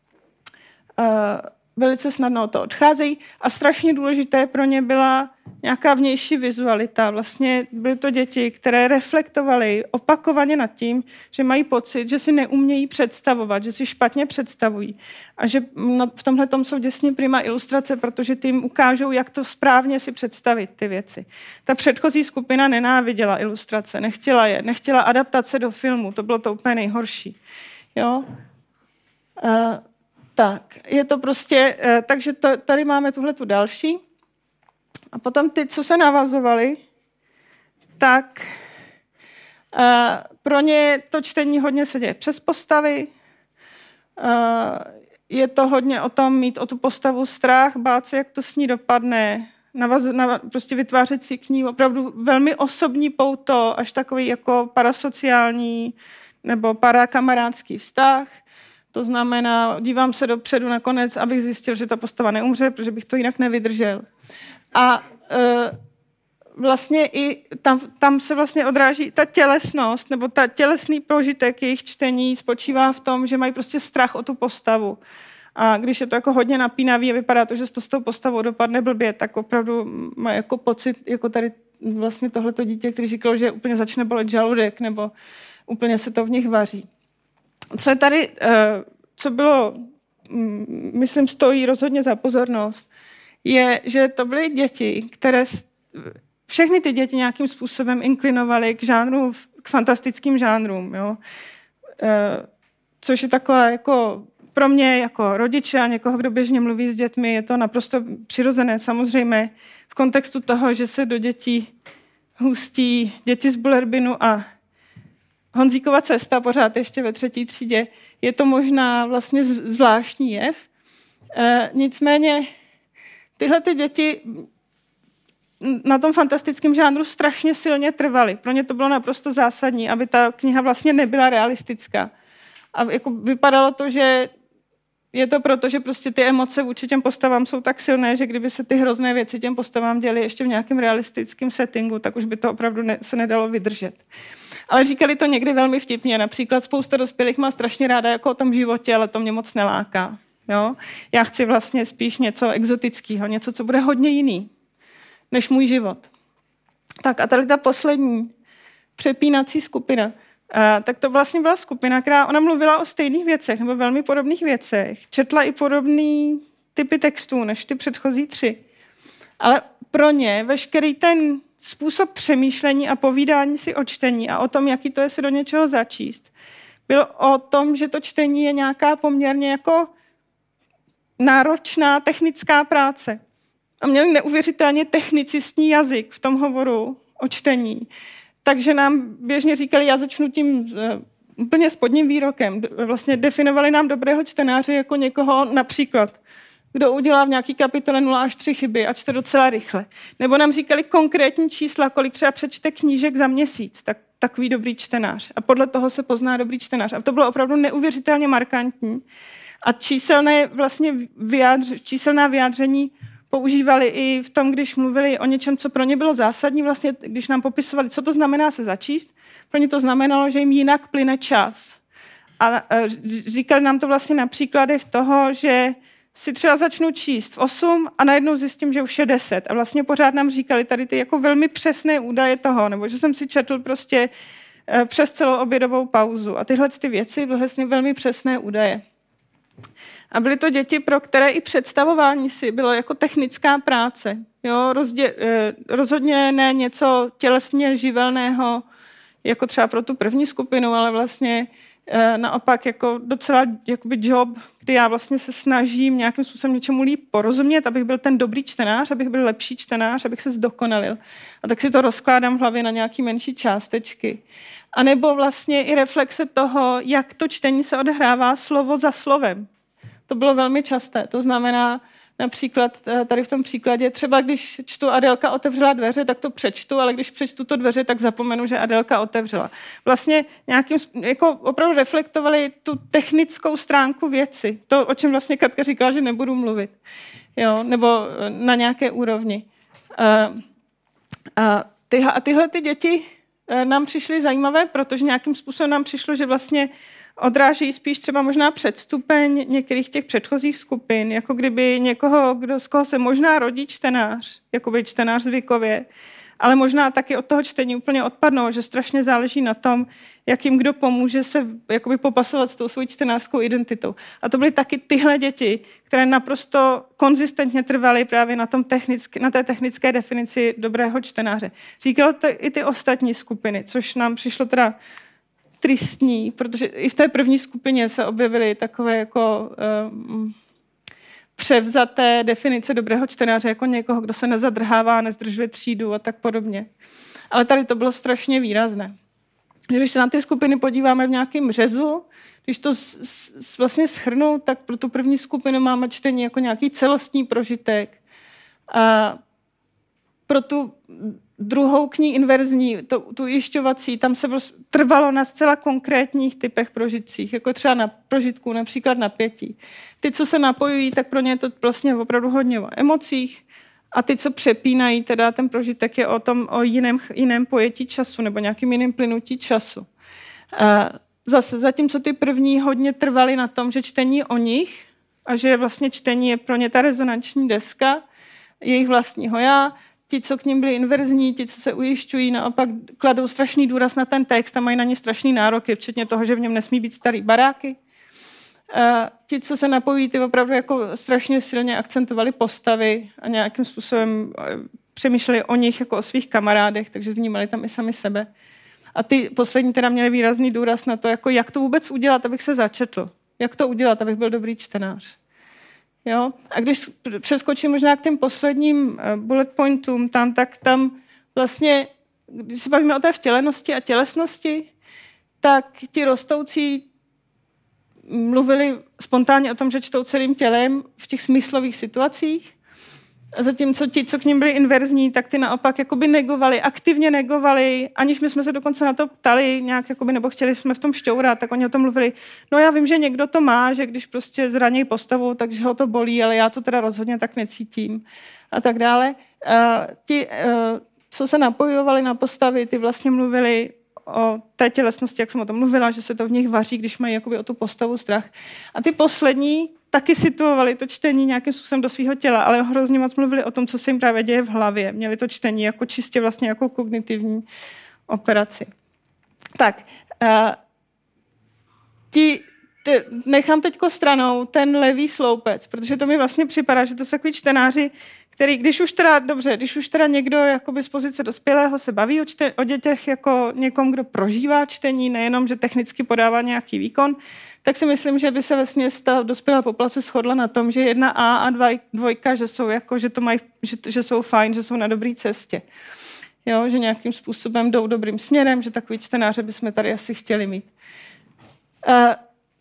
E, velice snadno to odcházejí a strašně důležité pro ně byla nějaká vnější vizualita. Vlastně byly to děti, které reflektovaly opakovaně nad tím, že mají pocit, že si neumějí představovat, že si špatně představují a že v tomhle tom jsou děsně prima ilustrace, protože ty jim ukážou, jak to správně si představit, ty věci. Ta předchozí skupina nenáviděla ilustrace, nechtěla je, nechtěla adaptace do filmu, to bylo to úplně nejhorší. Jo? Uh, Tak, je to prostě, takže to, tady máme tuhletu další. A potom ty, co se navazovaly, tak uh, pro ně to čtení hodně se děje přes postavy. Uh, je to hodně o tom mít o tu postavu strach, bát se, jak to s ní dopadne, navaz, navaz, prostě vytvářet si k ní opravdu velmi osobní pouto, až takový jako parasociální nebo parakamarádský vztah. To znamená, dívám se dopředu nakonec, abych zjistil, že ta postava neumře, protože bych to jinak nevydržel. A e, vlastně i tam, tam se vlastně odráží ta tělesnost, nebo ta tělesný prožitek jejich čtení spočívá v tom, že mají prostě strach o tu postavu. A když je to jako hodně napínavý a vypadá to, že to s tou postavou dopadne blbě, tak opravdu má jako pocit, jako tady vlastně tohleto dítě, který říkalo, že úplně začne bolet žaludek, nebo úplně se to v nich vaří. Co je tady, co bylo, myslím, stojí rozhodně za pozornost, je, že to byly děti, které, všechny ty děti nějakým způsobem inklinovaly k žánru, k fantastickým žánrům, jo. Což je taková jako pro mě jako rodiče a někoho, kdo běžně mluví s dětmi, je to naprosto přirozené, samozřejmě v kontextu toho, že se do dětí hustí děti z Bullerbinu a Honzíkova cesta, pořád ještě ve třetí třídě, je to možná vlastně zvláštní jev. E, nicméně tyhle ty děti na tom fantastickém žánru strašně silně trvaly. Pro ně to bylo naprosto zásadní, aby ta kniha vlastně nebyla realistická. A jako vypadalo to, že je to proto, že prostě ty emoce vůči těm postavám jsou tak silné, že kdyby se ty hrozné věci těm postavám děly ještě v nějakém realistickém settingu, tak už by to opravdu ne, se nedalo vydržet. Ale říkali to někdy velmi vtipně. Například spousta dospělých má strašně ráda jako o tom životě, ale to mě moc neláká. Jo? Já chci vlastně spíš něco exotického, něco, co bude hodně jiný než můj život. Tak a tady ta poslední přepínací skupina. A, tak to vlastně byla skupina, která ona mluvila o stejných věcech nebo velmi podobných věcech. Četla i podobný typy textů než ty předchozí tři. Ale pro ně veškerý ten způsob přemýšlení a povídání si o čtení a o tom, jaký to je se do něčeho začíst, bylo o tom, že to čtení je nějaká poměrně jako náročná technická práce. A měli neuvěřitelně technicistní jazyk v tom hovoru o čtení. Takže nám běžně říkali, já začnu tím uh, úplně spodním výrokem. Vlastně definovali nám dobrého čtenáře jako někoho například, kdo udělá v nějaký kapitole nula až tři chyby a čte docela rychle. Nebo nám říkali konkrétní čísla, kolik třeba přečte knížek za měsíc, tak takový dobrý čtenář. A podle toho se pozná dobrý čtenář. A to bylo opravdu neuvěřitelně markantní. A číselné vlastně vyjádř, číselná vyjádření používali i v tom, když mluvili o něčem, co pro ně bylo zásadní, vlastně, když nám popisovali, co to znamená se začíst. Pro ně to znamenalo, že jim jinak plyne čas. A říkali nám to vlastně na příkladech toho, že si třeba začnu číst v osm a najednou zjistím, že už je deset. A vlastně pořád nám říkali tady ty jako velmi přesné údaje toho, nebo že jsem si četl prostě přes celou obědovou pauzu. A tyhle ty věci byly vlastně velmi přesné údaje. A byly to děti, pro které i představování si bylo jako technická práce. Jo, rozdě, rozhodně ne něco tělesně živelného, jako třeba pro tu první skupinu, ale vlastně naopak jako docela jakoby job, kdy já vlastně se snažím nějakým způsobem něčemu líp porozumět, abych byl ten dobrý čtenář, abych byl lepší čtenář, abych se zdokonalil. A tak si to rozkládám v hlavě na nějaký menší částečky. A nebo vlastně i reflexe toho, jak to čtení se odehrává slovo za slovem. To bylo velmi časté. To znamená, například tady v tom příkladě, třeba když čtu Adélka otevřela dveře, tak to přečtu, ale když přečtu to dveře, tak zapomenu, že Adélka otevřela. Vlastně nějakým, jako opravdu reflektovali tu technickou stránku věci. To, o čem vlastně Katka říkala, že nebudu mluvit. Jo, nebo na nějaké úrovni. A, a, tyhle, a tyhle ty děti nám přišly zajímavé, protože nějakým způsobem nám přišlo, že vlastně odráží spíš třeba možná předstupeň některých těch předchozích skupin, jako kdyby někoho, kdo, z koho se možná rodí čtenář, jakoby čtenář zvykově, ale možná taky od toho čtení úplně odpadnou, že strašně záleží na tom, jak jim kdo pomůže se jakoby popasovat s tou svou čtenářskou identitou. A to byly taky tyhle děti, které naprosto konzistentně trvaly právě na, tom technické, na té technické definici dobrého čtenáře. Říkalo to i ty ostatní skupiny, což nám přišlo teda tristní, protože i v té první skupině se objevily takové jako um, převzaté definice dobrého čtenáře jako někoho, kdo se nezadrhává, nezdržuje třídu a tak podobně. Ale tady to bylo strašně výrazné. Když se na ty skupiny podíváme v nějakém řezu, když to s, s, vlastně shrnu, tak pro tu první skupinu máme čtení jako nějaký celostní prožitek. A pro tu druhou k ní inverzní, to, tu jišťovací, tam se trvalo na zcela konkrétních typech prožitcích, jako třeba na prožitku, například napětí. Ty, co se napojují, tak pro ně je to vlastně opravdu hodně o emocích a ty, co přepínají, teda ten prožitek je o tom, o jiném, jiném pojetí času nebo nějakým jiným plynutí času. A zase, zatímco ty první hodně trvaly na tom, že čtení o nich a že vlastně čtení je pro ně ta rezonanční deska jejich vlastního já. Ti, co k ním byli inverzní, ti, co se ujišťují, naopak kladou strašný důraz na ten text a mají na ně strašný nároky, včetně toho, že v něm nesmí být starý baráky. A ti, co se napojí, ty opravdu jako strašně silně akcentovali postavy a nějakým způsobem přemýšleli o nich jako o svých kamarádech, takže vnímali tam i sami sebe. A ty poslední teda měli výrazný důraz na to, jako jak to vůbec udělat, abych se začetl. Jak to udělat, abych byl dobrý čtenář. Jo? A když přeskočím možná k těm posledním bullet pointům tam, tak tam vlastně, když se bavíme o té vtělenosti a tělesnosti, tak ti rostoucí mluvili spontánně o tom, že čtou celým tělem v těch smyslových situacích. A zatímco ti, co k ním byli inverzní, tak ty naopak jakoby negovali, aktivně negovali, aniž my jsme se dokonce na to ptali nějak, jakoby, nebo chtěli jsme v tom šťourat, tak oni o tom mluvili. No já vím, že někdo to má, že když prostě zraní postavu, takže ho to bolí, ale já to teda rozhodně tak necítím a tak dále. A ti, co se napojovali na postavy, ty vlastně mluvili o té tělesnosti, jak jsem o tom mluvila, že se to v nich vaří, když mají jakoby o tu postavu strach. A ty poslední taky situovali to čtení nějakým způsobem do svého těla, ale hrozně moc mluvili o tom, co se jim právě děje v hlavě. Měli to čtení jako čistě vlastně jako kognitivní operaci. Tak, uh, ti, ty, nechám teďko stranou ten levý sloupec, protože to mi vlastně připadá, že to jsou takový čtenáři, který, když už teda, dobře, když už teda někdo jakoby z pozice dospělého se baví o, čte, o dětech jako někom, kdo prožívá čtení, nejenom, že technicky podává nějaký výkon, tak si myslím, že by se vesměs ta dospělá populace shodla na tom, že jedna A a dva, dvojka, že jsou, jako, že, to mají, že, že jsou fajn, že jsou na dobré cestě. Jo, že nějakým způsobem jdou dobrým směrem, že takový čtenáře bychom tady asi chtěli mít. Uh,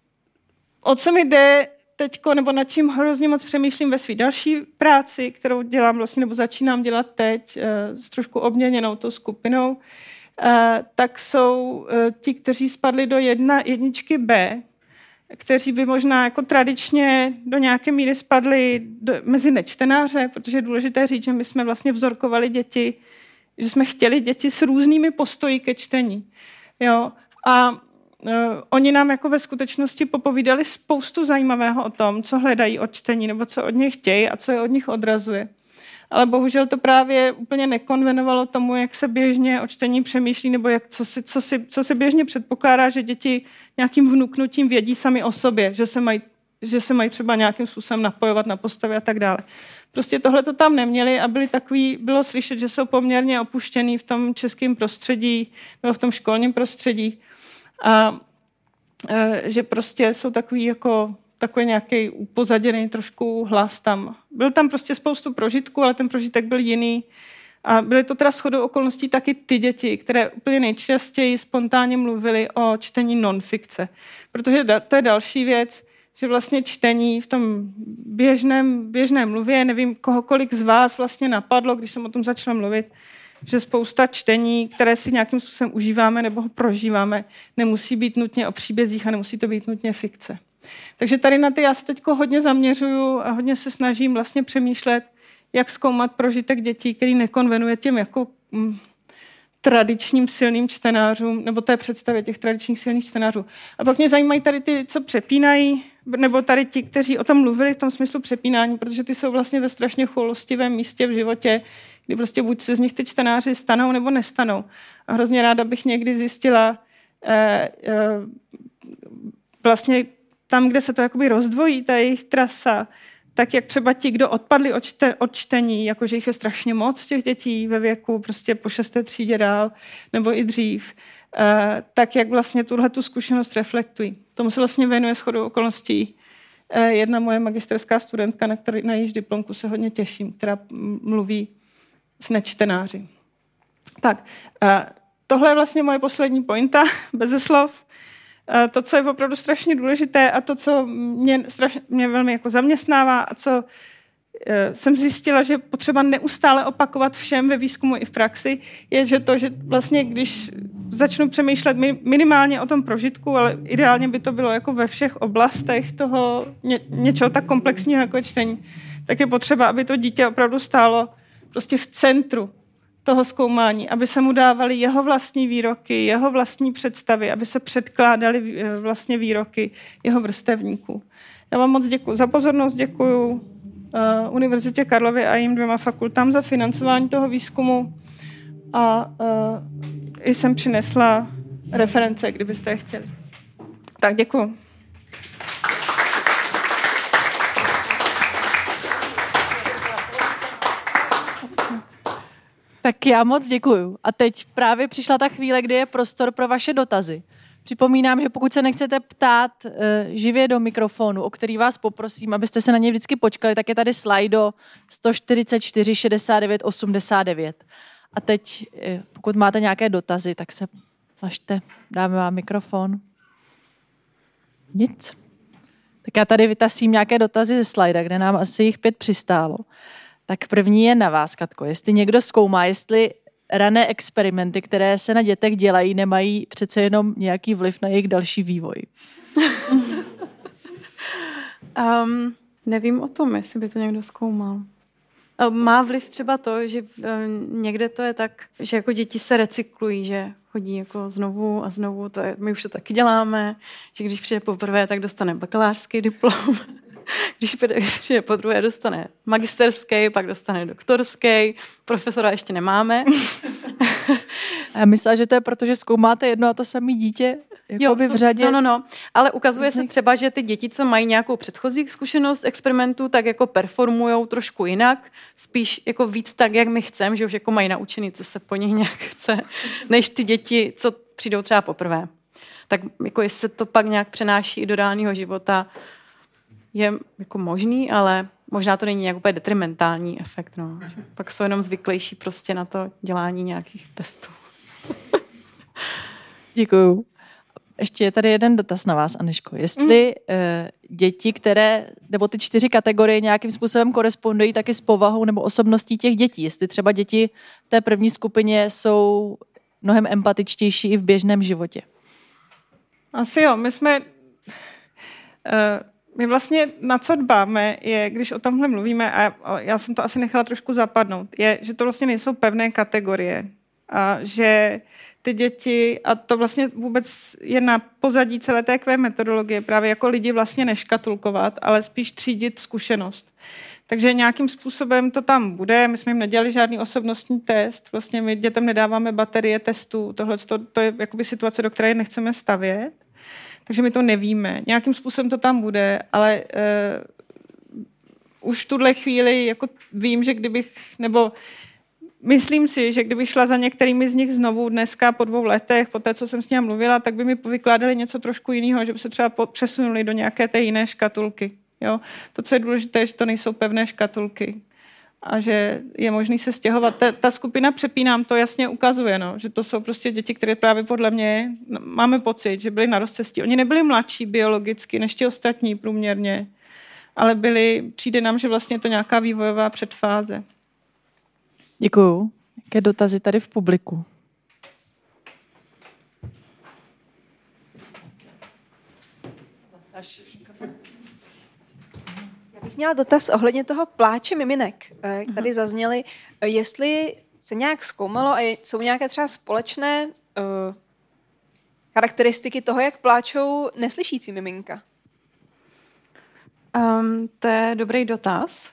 o co mi jde teďko, nebo nad čím hrozně moc přemýšlím ve své další práci, kterou dělám vlastně, nebo začínám dělat teď uh, s trošku obměněnou tou skupinou, uh, tak jsou uh, ti, kteří spadli do jedna, jedničky B, kteří by možná jako tradičně do nějaké míry spadli do, mezi nečtenáře, protože je důležité říct, že my jsme vlastně vzorkovali děti, že jsme chtěli děti s různými postoji ke čtení. Jo? A uh, oni nám jako ve skutečnosti popovídali spoustu zajímavého o tom, co hledají od čtení, nebo co od nich chtějí a co je od nich odrazuje. Ale bohužel to právě úplně nekonvenovalo tomu, jak se běžně o čtení přemýšlí, nebo jak, co, si, co, si, co se běžně předpokládá, že děti nějakým vnuknutím vědí sami o sobě, že se mají, že se mají třeba nějakým způsobem napojovat na postavy a tak dále. Prostě tohle to tam neměli a byli takový, bylo slyšet, že jsou poměrně opuštěný v tom českém prostředí nebo v tom školním prostředí. A že prostě jsou takový jako takový nějaký upozaděný trošku hlas tam. Byl tam prostě spoustu prožitků, ale ten prožitek byl jiný. A byly to teda shodou okolností taky ty děti, které úplně nejčastěji spontánně mluvily o čtení non-fikce. Protože to je další věc, že vlastně čtení v tom běžném, běžné mluvě, nevím, kohokoliv z vás vlastně napadlo, když jsem o tom začala mluvit, že spousta čtení, které si nějakým způsobem užíváme nebo ho prožíváme, nemusí být nutně o příbězích a nemusí to být nutně fikce. Takže tady na ty já se teď hodně zaměřuju a hodně se snažím vlastně přemýšlet, jak zkoumat prožitek dětí, který nekonvenuje těm jako mm, tradičním silným čtenářům, nebo té představě těch tradičních silných čtenářů. A pak mě zajímají tady ty, co přepínají, nebo tady ti, kteří o tom mluvili v tom smyslu přepínání, protože ty jsou vlastně ve strašně choulostivém místě v životě, kdy prostě buď se z nich ty čtenáři stanou, nebo nestanou. A hrozně ráda bych někdy zjistila eh, eh, vlastně tam, kde se to jakoby rozdvojí, ta jejich trasa, tak jak třeba ti, kdo odpadli od, čte, od čtení, jakože jich je strašně moc těch dětí ve věku, prostě po šesté třídě dál, nebo i dřív, eh, tak jak vlastně tuhle tu zkušenost reflektují. Tomu se vlastně věnuje shodou okolností eh, jedna moje magisterská studentka, na, který, na jejíž diplomku se hodně těším, která mluví s nečtenáři. Tak, eh, tohle je vlastně moje poslední pointa, beze slov. To, co je opravdu strašně důležité a to, co mě, strašně, mě velmi jako zaměstnává a co e, jsem zjistila, že potřeba neustále opakovat všem ve výzkumu i v praxi, je, že to, že vlastně když začnu přemýšlet minimálně o tom prožitku, ale ideálně by to bylo jako ve všech oblastech toho ně, něčeho tak komplexního jako čtení, tak je potřeba, aby to dítě opravdu stálo prostě v centru toho zkoumání, aby se mu dávaly jeho vlastní výroky, jeho vlastní představy, aby se předkládaly vlastně výroky jeho vrstevníků. Já vám moc děkuji za pozornost, děkuji uh, Univerzitě Karlovy a jejím dvěma fakultám za financování toho výzkumu a uh, jsem přinesla reference, kdybyste je chtěli. Tak děkuji. Tak já moc děkuju. A teď právě přišla ta chvíle, kdy je prostor pro vaše dotazy. Připomínám, že pokud se nechcete ptát uh, živě do mikrofonu, o který vás poprosím, abyste se na něj vždycky počkali, tak je tady slajdo sto čtyřicet čtyři šedesát devět osmdesát devět. A teď, uh, pokud máte nějaké dotazy, tak se hlašte. Dáme vám mikrofon. Nic. Tak já tady vytasím nějaké dotazy ze slajda, kde nám asi jich pět přistálo. Tak první je na vás, Katko. Jestli někdo zkoumá, jestli rané experimenty, které se na dětech dělají, nemají přece jenom nějaký vliv na jejich další vývoj. um, nevím o tom, jestli by to někdo zkoumal. Má vliv třeba to, že někde to je tak, že jako děti se recyklují, že chodí jako znovu a znovu, to je, my už to taky děláme, že když přijde poprvé, tak dostane bakalářský diplom. Když přijde po druhé, dostane magisterský, pak dostane doktorský, profesora ještě nemáme. A myslela, že to je proto, že zkoumáte jedno a to samé dítě jako by v řadě. No, no, no. Ale ukazuje se třeba, že ty děti, co mají nějakou předchozí zkušenost experimentu, tak jako performujou trošku jinak, spíš jako víc tak, jak my chceme, že už jako mají naučený, co se po nich nějak chce, než ty děti, co přijdou třeba poprvé. Tak jako jestli se to pak nějak přenáší do reálného života, je jako možný, ale možná to není nějak úplně detrimentální efekt. No. Pak jsou jenom zvyklejší prostě na to dělání nějakých testů. Děkuju. Ještě je tady jeden dotaz na vás, Aneško. Jestli mm. uh, děti, které, nebo ty čtyři kategorie nějakým způsobem korespondují taky s povahou nebo osobností těch dětí. Jestli třeba děti v té první skupině jsou mnohem empatičtější i v běžném životě. Asi jo. My jsme... Uh, My vlastně na co dbáme, je, když o tomhle mluvíme, a já jsem to asi nechala trošku zapadnout, je, že to vlastně nejsou pevné kategorie. A že ty děti, a to vlastně vůbec je na pozadí celé té kvé metodologie, právě jako lidi vlastně neškatulkovat, ale spíš třídit zkušenost. Takže nějakým způsobem to tam bude. My jsme jim nedělali žádný osobnostní test. Vlastně my dětem nedáváme baterie testů. Tohle to, to je jakoby situace, do které nechceme stavět. Takže my to nevíme. Nějakým způsobem to tam bude, ale uh, už v tuhle chvíli jako vím, že kdybych, nebo myslím si, že kdyby šla za některými z nich znovu dneska po dvou letech, po té, co jsem s ním mluvila, tak by mi povykládali něco trošku jiného, že by se třeba přesunuli do nějaké té jiné škatulky. Jo? To, co je důležité, je, že to nejsou pevné škatulky a že je možný se stěhovat. Ta, ta skupina Přepínám to jasně ukazuje, no, že to jsou prostě děti, které právě podle mě máme pocit, že byly na rozcestí. Oni nebyli mladší biologicky než ti ostatní průměrně, ale byli, přijde nám, že vlastně je to nějaká vývojová předfáze. Děkuju. Jaké dotazy tady v publiku? Já bych měla dotaz ohledně toho pláče miminek. Jak tady zazněly, jestli se nějak zkoumalo a jsou nějaké třeba společné uh, charakteristiky toho, jak pláčou neslyšící miminka? Um, to je dobrý dotaz.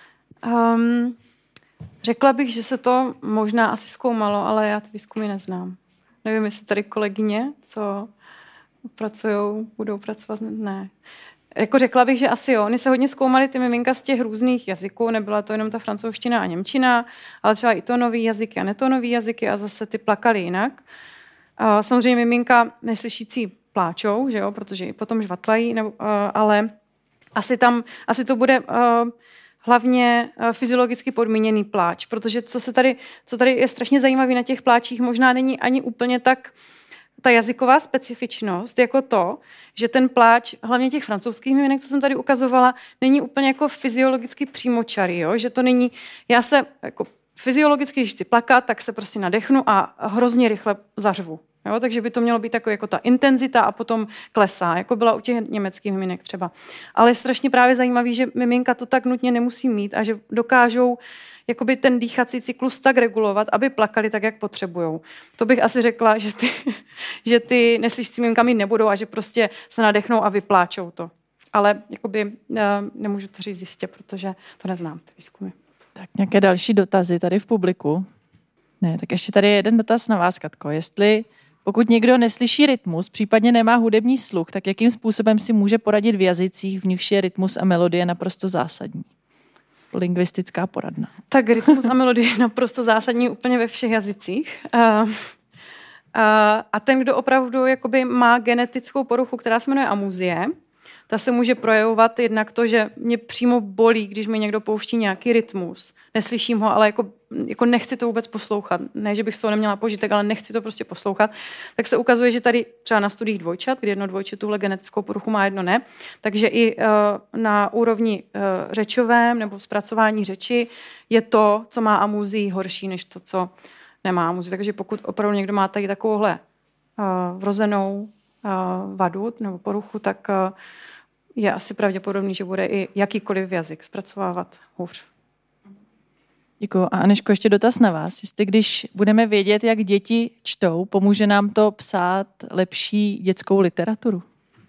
Um, řekla bych, že se to možná asi zkoumalo, ale já ty výzkumy neznám. Nevím, jestli tady kolegyně, co pracují, budou pracovat, ne. Jako řekla bych, že asi jo. Oni se hodně zkoumali ty miminka z těch různých jazyků, nebyla to jenom ta francouzština a němčina, ale třeba i tónový jazyky a netónový jazyky a zase ty plakali jinak. Uh, samozřejmě miminka neslyšící pláčou, že jo, protože i potom žvatlají, nebo, uh, ale asi tam, asi to bude uh, hlavně uh, fyziologicky podmíněný pláč, protože co se tady, co tady je strašně zajímavé na těch pláčích, možná není ani úplně tak ta jazyková specifičnost, jako to, že ten pláč, hlavně těch francouzských miminek, co jsem tady ukazovala, není úplně jako fyziologicky přímočarý, jo? Že to není, já se jako fyziologicky, když chci plakat, tak se prostě nadechnu a hrozně rychle zařvu. Jo? Takže by to mělo být takový jako ta intenzita a potom klesá, jako byla u těch německých miminek třeba. Ale je strašně právě zajímavý, že miminka to tak nutně nemusí mít a že dokážou jakoby ten dýchací cyklus tak regulovat, aby plakali tak, jak potřebujou. To bych asi řekla, že ty, že ty neslyšící miminka mít nebudou a že prostě se nadechnou a vypláčou to. Ale jakoby nemůžu to říct jistě, protože to neznám, ty výzkumy. Tak nějaké další dotazy tady v publiku? Ne, tak ještě tady je jeden dotaz na vás, Katko. Jestli pokud někdo neslyší rytmus, případně nemá hudební sluch, tak jakým způsobem si může poradit v jazycích, v nichž je rytmus a melodie naprosto zásadní? Lingvistická poradna. Tak rytmus a melodie je naprosto zásadní úplně ve všech jazycích. A, a, a ten, kdo opravdu jakoby má genetickou poruchu, která se jmenuje amuzie, ta se může projevovat jednak to, že mě přímo bolí, když mi někdo pouští nějaký rytmus. Neslyším ho, ale jako, jako nechci to vůbec poslouchat. Ne, že bych z toho neměla požitek, ale nechci to prostě poslouchat. Tak se ukazuje, že tady třeba na studiích dvojčat, kdy jedno dvojče tuhle genetickou poruchu má, jedno ne, takže i uh, na úrovni uh, řečovém nebo zpracování řeči je to, co má amuzii, horší než to, co nemá amuzii. Takže pokud opravdu někdo má tady takovouhle uh, vrozenou uh, vadu nebo poruchu, tak uh, je asi pravděpodobný, že bude i jakýkoliv jazyk zpracovávat hůř. Děkuji. A Aneško, ještě dotaz na vás. Jestli když budeme vědět, jak děti čtou, pomůže nám to psát lepší dětskou literaturu?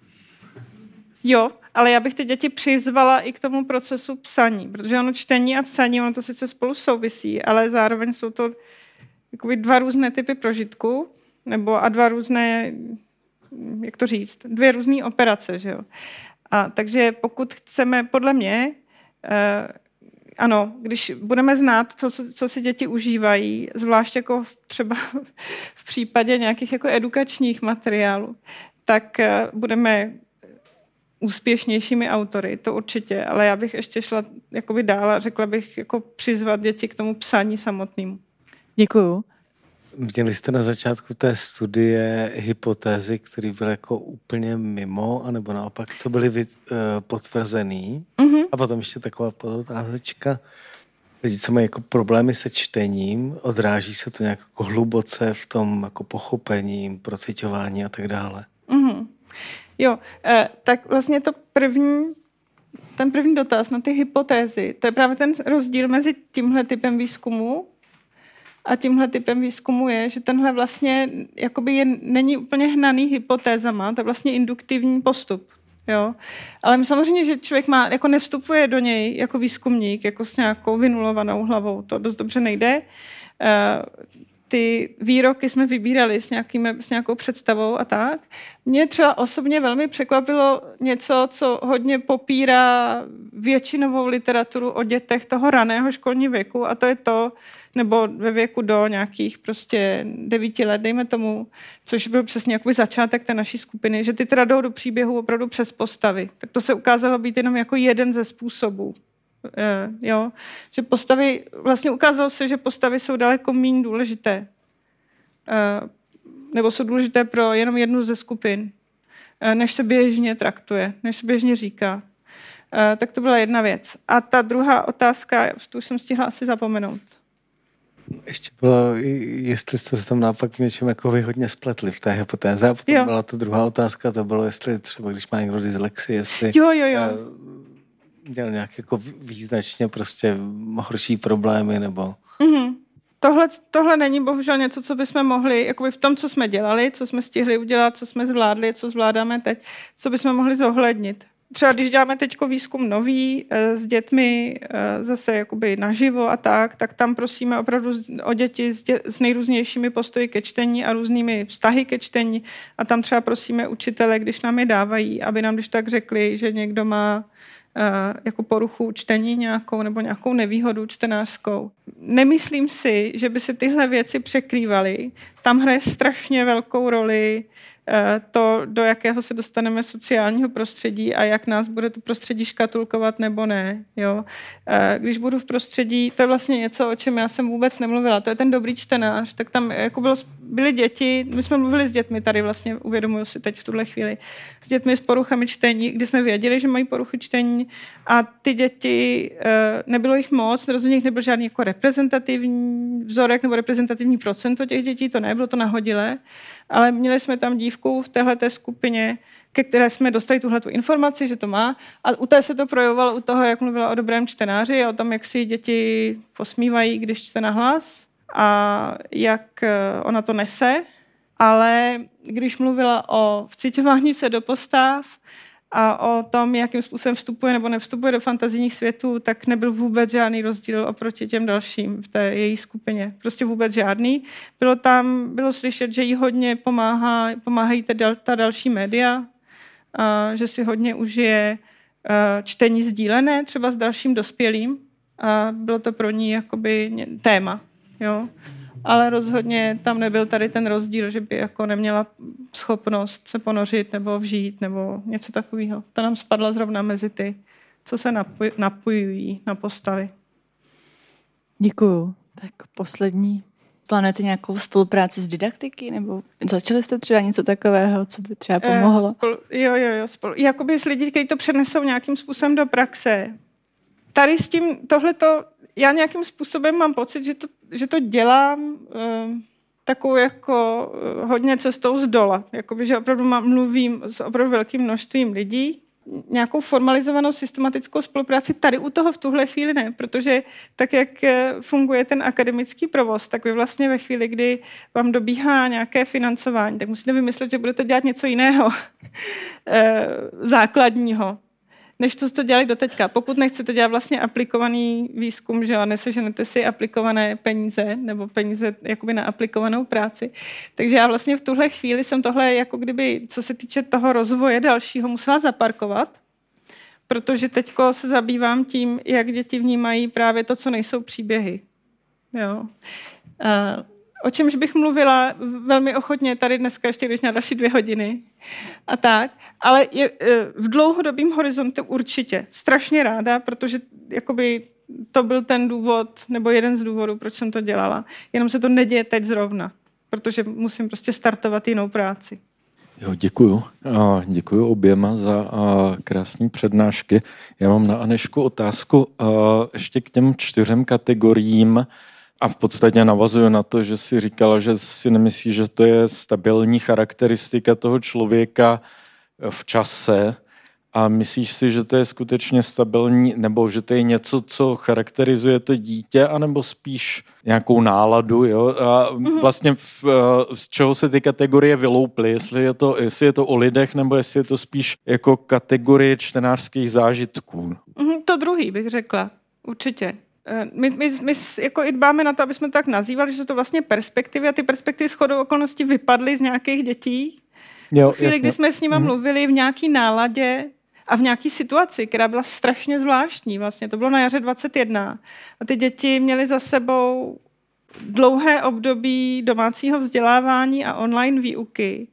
Jo, ale já bych ty děti přizvala i k tomu procesu psaní, protože ono čtení a psaní, ono to sice spolu souvisí, ale zároveň jsou to jakoby dva různé typy prožitku, nebo a dva různé, jak to říct, dvě různé operace, že jo. A takže pokud chceme, podle mě, eh, ano, když budeme znát, co, co si děti užívají, zvlášť jako v, třeba v případě nějakých jako edukačních materiálů, tak eh, budeme úspěšnějšími autory, to určitě, ale já bych ještě šla jakoby dál a řekla bych jako přizvat děti k tomu psaní samotnému. Děkuju. Měli jste na začátku té studie hypotézy, které byly jako úplně mimo, anebo naopak, co byly vy, uh, potvrzený? Mm-hmm. A potom ještě taková podotázečka. Lidi, co mají jako problémy se čtením, odráží se to nějak jako hluboce v tom jako pochopení, prociťování a tak dále. Mm-hmm. Jo, eh, tak vlastně to první, ten první dotaz na ty hypotézy, to je právě ten rozdíl mezi tímhle typem výzkumu a tímhle typem výzkumu je, že tenhle vlastně jakoby je, není úplně hnaný hypotézama, to je vlastně induktivní postup. Jo? Ale samozřejmě, že člověk má, jako nevstupuje do něj jako výzkumník, jako s nějakou vynulovanou hlavou, to dost dobře nejde. ty výroky jsme vybírali s, nějakým, s nějakou představou a tak. Mě třeba osobně velmi překvapilo něco, co hodně popírá většinovou literaturu o dětech toho raného školního věku, a to je to, nebo ve věku do nějakých prostě devíti let, dejme tomu, což byl přesně jakoby začátek té naší skupiny, že ty teda jdou do příběhu opravdu přes postavy. Tak to se ukázalo být jenom jako jeden ze způsobů. Uh, jo, že postavy, vlastně ukázalo se, že postavy jsou daleko méně důležité. Uh, nebo jsou důležité pro jenom jednu ze skupin, uh, než se běžně traktuje, než se běžně říká. Uh, tak to byla jedna věc. A ta druhá otázka, tu už jsem stihla asi zapomenout. Ještě bylo, jestli jste se tam naopak v něčem jako vy hodně spletli v té hypotéze. A potom jo. Byla ta druhá otázka, to bylo, jestli třeba, když má někdo dyslexii, jestli... Jo, jo, jo. Uh, měl nějak jako význačně prostě horší problémy, nebo... Mm-hmm. Tohle, tohle není bohužel něco, co bychom mohli, jakoby v tom, co jsme dělali, co jsme stihli udělat, co jsme zvládli, co zvládáme teď, co bychom mohli zohlednit. Třeba když děláme teďko výzkum nový e, s dětmi e, zase jakoby naživo a tak, tak tam prosíme opravdu o děti s, dě, s nejrůznějšími postoji ke čtení a různými vztahy ke čtení, a tam třeba prosíme učitele, když nám je dávají, aby nám když tak řekli, že někdo má jako poruchu čtení nějakou nebo nějakou nevýhodu čtenářskou. Nemyslím si, že by se tyhle věci překrývaly. Tam hraje strašně velkou roli to, do jakého se dostaneme sociálního prostředí a jak nás bude to prostředí škatulkovat nebo ne. Jo? Když budu v prostředí, to je vlastně něco, o čem já jsem vůbec nemluvila, to je ten dobrý čtenář, tak tam jako bylo, byly děti, my jsme mluvili s dětmi tady vlastně, uvědomuji si teď v tuhle chvíli, s dětmi s poruchami čtení, kdy jsme věděli, že mají poruchy čtení, a ty děti, nebylo jich moc, rozhodně jich nebyl žádný jako reprezentativní vzorek nebo reprezentativní procento těch dětí, to ne, bylo to nahodilé, ale měli jsme tam dívku v téhleté skupině, ke které jsme dostali tuhletu informaci, že to má, a u té se to projevovalo u toho, jak mluvila o dobrém čtenáři a o tom, jak si děti posmívají, když čte nahlas a jak ona to nese, ale když mluvila o vciťování se do postav a o tom, jakým způsobem vstupuje nebo nevstupuje do fantazijních světů, tak nebyl vůbec žádný rozdíl oproti těm dalším v té její skupině. Prostě vůbec žádný. Bylo tam, bylo slyšet, že jí hodně pomáhá, pomáhají ta, ta další média, a že si hodně užije čtení sdílené, třeba s dalším dospělým. A bylo to pro ní jakoby téma. Jo? Ale rozhodně tam nebyl tady ten rozdíl, že by jako neměla schopnost se ponořit nebo vžít nebo něco takového. Ta nám spadla zrovna mezi ty, co se napoj- napojují na postavy. Děkuju. Tak poslední. Plánujete nějakou spolupráci s didaktiky? Nebo začali jste třeba něco takového, co by třeba pomohlo? Eh, spolu, jo, jo, jo. Spolu, jakoby s lidi, kteří to přenesou nějakým způsobem do praxe. Tady s tím tohleto, já nějakým způsobem mám pocit, že to, že to dělám uh, takovou jako uh, hodně cestou z dola. Jakoby, že opravdu mám, mluvím s opravdu velkým množstvím lidí. Nějakou formalizovanou systematickou spolupráci tady u toho v tuhle chvíli ne, protože tak, jak funguje ten akademický provoz, tak vy vlastně ve chvíli, kdy vám dobíhá nějaké financování, tak musíte vymyslet, že budete dělat něco jiného základního, než to jste dělali doteďka. Pokud nechcete dělat vlastně aplikovaný výzkum, že jo, neseženete si aplikované peníze nebo peníze jakoby na aplikovanou práci. Takže já vlastně v tuhle chvíli jsem tohle, jako kdyby, co se týče toho rozvoje dalšího, musela zaparkovat, protože teďko se zabývám tím, jak děti vnímají právě to, co nejsou příběhy. Jo. A o čemž bych mluvila velmi ochotně tady dneska, ještě když na další dvě hodiny a tak, ale je, v dlouhodobém horizontu určitě. Strašně ráda, protože jakoby to byl ten důvod, nebo jeden z důvodů, proč jsem to dělala. Jenom se to neděje teď zrovna, protože musím prostě startovat jinou práci. Jo, děkuju. A děkuju oběma za a, krásné přednášky. Já mám na Anešku otázku a, ještě k těm čtyřem kategoriím. A v podstatě navazuju na to, že si říkala, že si nemyslíš, že to je stabilní charakteristika toho člověka v čase, a myslíš si, že to je skutečně stabilní, nebo že to je něco, co charakterizuje to dítě, anebo spíš nějakou náladu, jo? A vlastně v, z čeho se ty kategorie vylouply, jestli je to, jestli je to o lidech, nebo jestli je to spíš jako kategorie čtenářských zážitků. To druhý bych řekla, určitě. My, my, my jako i dbáme na to, aby jsme to tak nazývali, že jsou to vlastně perspektivy a ty perspektivy shodou okolností vypadly z nějakých dětí. Jo, v chvíli, jasně. kdy jsme s nimi Mhm. mluvili v nějaký náladě a v nějaký situaci, která byla strašně zvláštní. Vlastně to bylo na jaře dvacet jedna. A ty děti měly za sebou dlouhé období domácího vzdělávání a online výuky.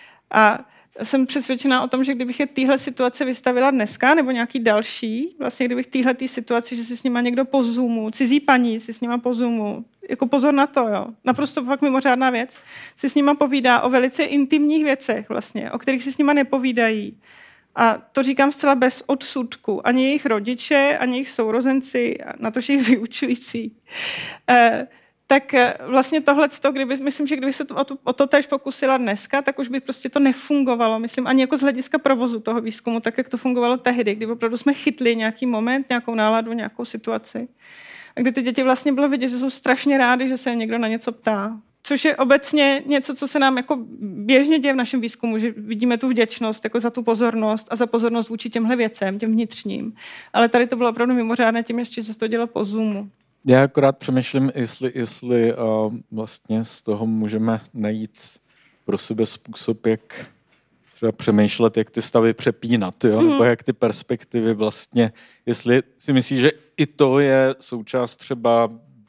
A jsem přesvědčená o tom, že kdybych je téhle situace vystavila dneska, nebo nějaký další, vlastně kdybych téhle situaci, že si s nima někdo po Zoomu, cizí paní si s nima po Zoomu, jako pozor na to, jo, naprosto fakt mimořádná věc, si s nima povídá o velice intimních věcech vlastně, o kterých si s nima nepovídají. A to říkám zcela bez odsudku. Ani jejich rodiče, ani jejich sourozenci, na to, že jejich vyučující. Eh, tak vlastně tohleto, kdyby, myslím, že kdyby se to, o, to, o to též pokusila dneska, tak už by prostě to nefungovalo. Myslím, ani jako z hlediska provozu toho výzkumu, tak jak to fungovalo tehdy, kdy opravdu jsme chytli nějaký moment, nějakou náladu, nějakou situaci. A kdy ty děti vlastně bylo vidět, že jsou strašně rádi, že se je někdo na něco ptá. Což je obecně něco, co se nám jako běžně děje v našem výzkumu, že vidíme tu vděčnost jako za tu pozornost a za pozornost vůči těmhle věcem, těm vnitřním. Ale tady to bylo opravdu mimořádné tím, ještě se to dělo po Zoomu. Já akorát přemýšlím, jestli, jestli uh, vlastně z toho můžeme najít pro sebe způsob, jak třeba přemýšlet, jak ty stavy přepínat, jo? Mm. nebo jak ty perspektivy vlastně, jestli si myslíš, že i to je součást třeba,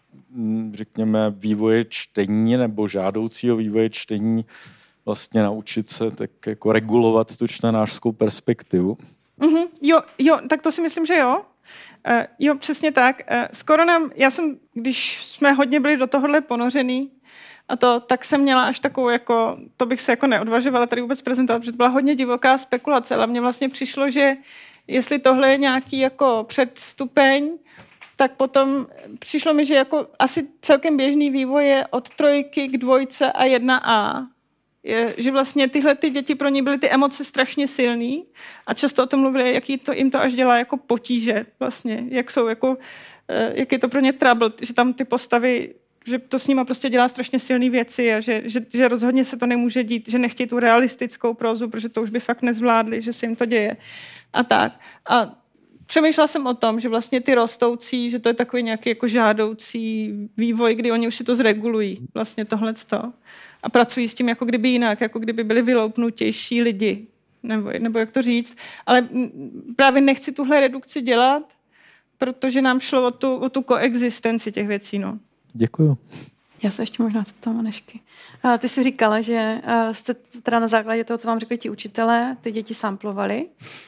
řekněme, vývoje čtení nebo žádoucího vývoje čtení, vlastně naučit se tak jako regulovat tu čtenářskou perspektivu. Mm-hmm, jo, jo, tak to si myslím, že jo. Uh, jo, přesně tak. Uh, skoro nám, já jsem, když jsme hodně byli do tohohle ponořený, a to, tak jsem měla až takovou, jako, to bych se jako neodvažovala tady vůbec prezentovat, protože to byla hodně divoká spekulace, ale mně vlastně přišlo, že jestli tohle je nějaký jako předstupeň, tak potom přišlo mi, že jako asi celkem běžný vývoj je od trojky k dvojce a jedna A. Je, že vlastně tyhle ty děti, pro ně byly ty emoce strašně silný a často o tom mluvili, jaký to, jim to až dělá jako potíže vlastně, jak jsou jako, jak je to pro ně trouble, že tam ty postavy, že to s nima prostě dělá strašně silné věci a že, že, že rozhodně se to nemůže dít, že nechtějí tu realistickou prózu, protože to už by fakt nezvládli, že se jim to děje a tak. A přemýšlela jsem o tom, že vlastně ty rostoucí, že to je takový nějaký jako žádoucí vývoj, kdy oni už si to zregulují, vlastně tohleto. A pracují s tím jako kdyby jinak, jako kdyby byli vyloupnutější lidi, nebo, nebo jak to říct. Ale právě nechci tuhle redukci dělat, protože nám šlo o tu, o tu koexistenci těch věcí. No. Děkuju. Já se ještě možná zeptám, Anešky. A ty jsi říkala, že jste teda na základě toho, co vám řekli ti učitelé, ty děti samplovali?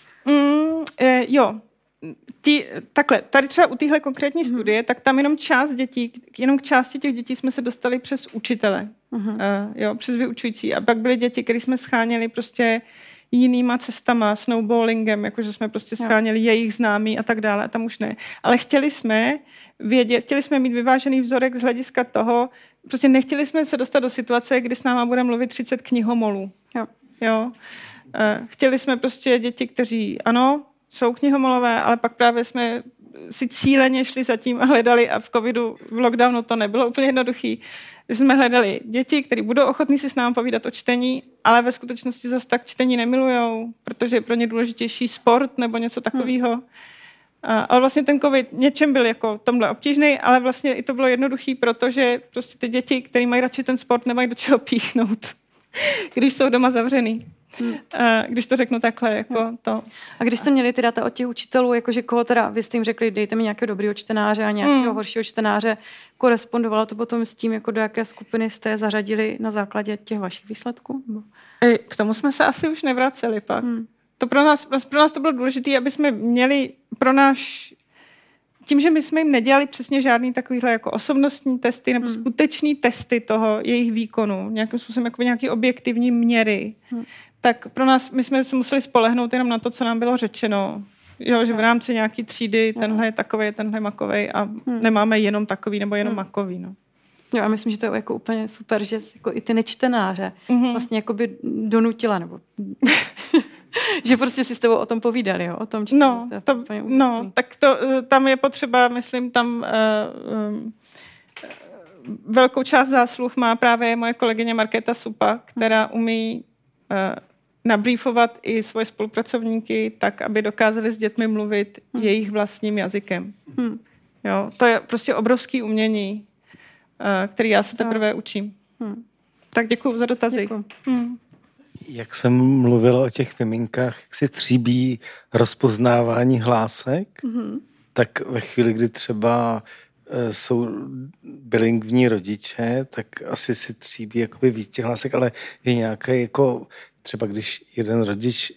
Mm, eh, jo. Tí, takhle, tady třeba u téhle konkrétní mm. studie, tak tam jenom část dětí, jenom k části těch dětí jsme se dostali přes učitele, mm. uh, jo, přes vyučující. A pak byly děti, které jsme scháněli prostě jinýma cestama, snowballingem, jakože jsme prostě scháněli jejich známí a tak dále, a tam už ne. Ale chtěli jsme vědět, chtěli jsme mít vyvážený vzorek z hlediska toho, prostě nechtěli jsme se dostat do situace, kdy s náma bude mluvit třicet knihomolů. Jo. Jo. Uh, chtěli jsme prostě děti, kteří, ano, jsou knihomolové, ale pak právě jsme si cíleně šli za tím a hledali a v covidu, v lockdownu to nebylo úplně jednoduchý. Jsme hledali děti, kteří budou ochotní si s námi povídat o čtení, ale ve skutečnosti zase tak čtení nemilujou, protože je pro ně důležitější sport nebo něco takového. Hmm. Ale vlastně ten covid něčem byl jako tomhle obtížný, ale vlastně i to bylo jednoduchý, protože prostě ty děti, které mají radši ten sport, nemají do čeho píchnout, když jsou doma zavřený. Hmm. Když to řeknu takhle, jako hmm. to. A když jste měli ty data od těch učitelů, jakože koho teda, vy jste jim řekli, dejte mi nějakého dobrýho čtenáře a nějakého hmm. horšího čtenáře, korespondovalo to potom s tím, jako do jaké skupiny jste zařadili na základě těch vašich výsledků? K tomu jsme se asi už nevraceli pak. Hmm. To pro nás, pro nás to bylo důležité, aby jsme měli pro náš, tím, že my jsme jim nedělali přesně žádný takovýhle jako osobnostní testy nebo hmm. skutečný testy toho jejich výkonu, nějakým způsobem jako nějaký objektivní měry, hmm. tak pro nás, my jsme se museli spolehnout jenom na to, co nám bylo řečeno. Jo, že v rámci nějaký třídy tenhle je takovej, tenhle je makovej a hmm. nemáme jenom takový nebo jenom hmm. makový. No. Jo, a myslím, že to je jako úplně super, že jako i ty nečtenáře mm-hmm. vlastně jakoby donutila, nebo že prostě si s tebou o tom povídali, jo, o tom čtení. No, to, to, no tak to, tam je potřeba, myslím, tam uh, um, velkou část zásluh má právě moje kolegyně Markéta Supa, která umí uh, nabriefovat i svoje spolupracovníky tak, aby dokázali s dětmi mluvit hmm. jejich vlastním jazykem. Hmm. Jo, to je prostě obrovský umění, který já se teprve učím. Hmm. Tak děkuju za dotazy. Hmm. Jak jsem mluvila o těch miminkách, jak si tříbí rozpoznávání hlásek, mm-hmm. tak ve chvíli, kdy třeba e, jsou bilingvní rodiče, tak asi si tříbí jakoby víc těch hlásek, ale je nějaké jako, třeba když jeden rodič,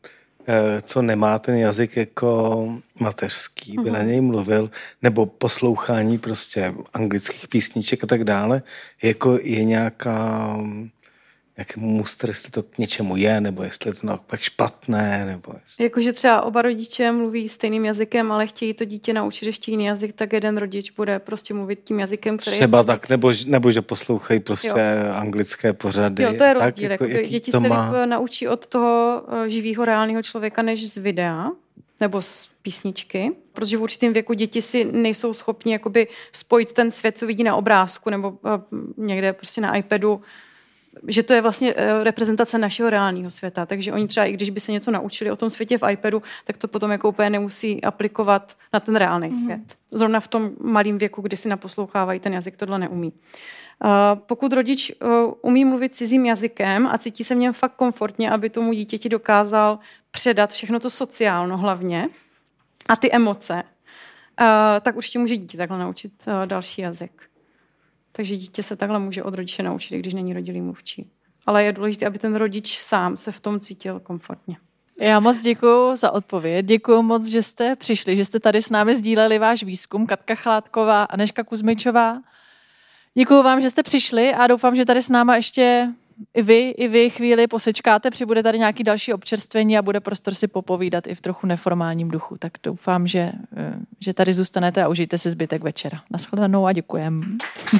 e, co nemá ten jazyk jako mateřský, by mm-hmm. na něj mluvil, nebo poslouchání prostě anglických písniček a tak dále, jako je nějaká... jakému mustr, jestli to k něčemu je, nebo jestli je to naopak špatné, nebo jestli... Jakože třeba oba rodiče mluví stejným jazykem, ale chtějí to dítě naučit ještě jiný jazyk, tak jeden rodič bude prostě mluvit tím jazykem, který... Třeba tak, nebo, nebo že poslouchají prostě jo. anglické pořady. Jo, to je rozdíl. Tak, jako, jako, děti se má... naučí od toho živého reálného člověka, než z videa, nebo z písničky, protože v určitém věku děti si nejsou schopni jakoby spojit ten svět, co vidí na obrázku, nebo někde prostě na iPadu, že to je vlastně reprezentace našeho reálného světa. Takže oni třeba, i když by se něco naučili o tom světě v iPadu, tak to potom jako úplně nemusí aplikovat na ten reálný mm-hmm. svět. Zrovna v tom malém věku, kdy si naposlouchávají ten jazyk, tohle neumí. Uh, pokud rodič uh, umí mluvit cizím jazykem a cítí se v něm fakt komfortně, aby tomu dítěti dokázal předat všechno to sociálno hlavně a ty emoce, uh, tak určitě může dítě takhle naučit uh, další jazyk. Takže dítě se takhle může od rodiče naučit, když není rodilý mluvčí. Ale je důležité, aby ten rodič sám se v tom cítil komfortně. Já moc děkuju za odpověď. Děkuju moc, že jste přišli, že jste tady s námi sdíleli váš výzkum. Katka Chládková a Anežka Kuzmičová. Děkuju vám, že jste přišli a doufám, že tady s náma ještě i vy, i vy chvíli posečkáte, přibude tady nějaký další občerstvení a bude prostor si popovídat i v trochu neformálním duchu. Tak doufám, že, že tady zůstanete a užijte si zbytek večera. Naschledanou a děkujem.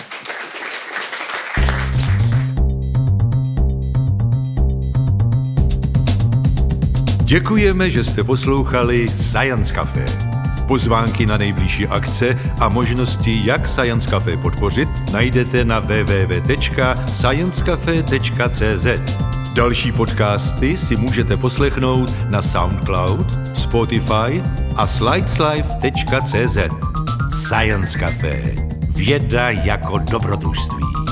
Děkujeme, že jste poslouchali Science Café. Pozvánky na nejbližší akce a možnosti, jak Science Café podpořit, najdete na w w w tečka science cafe tečka c z. Další podcasty si můžete poslechnout na SoundCloud, Spotify a slideslife tečka c z. Science Café. Věda jako dobrodružství.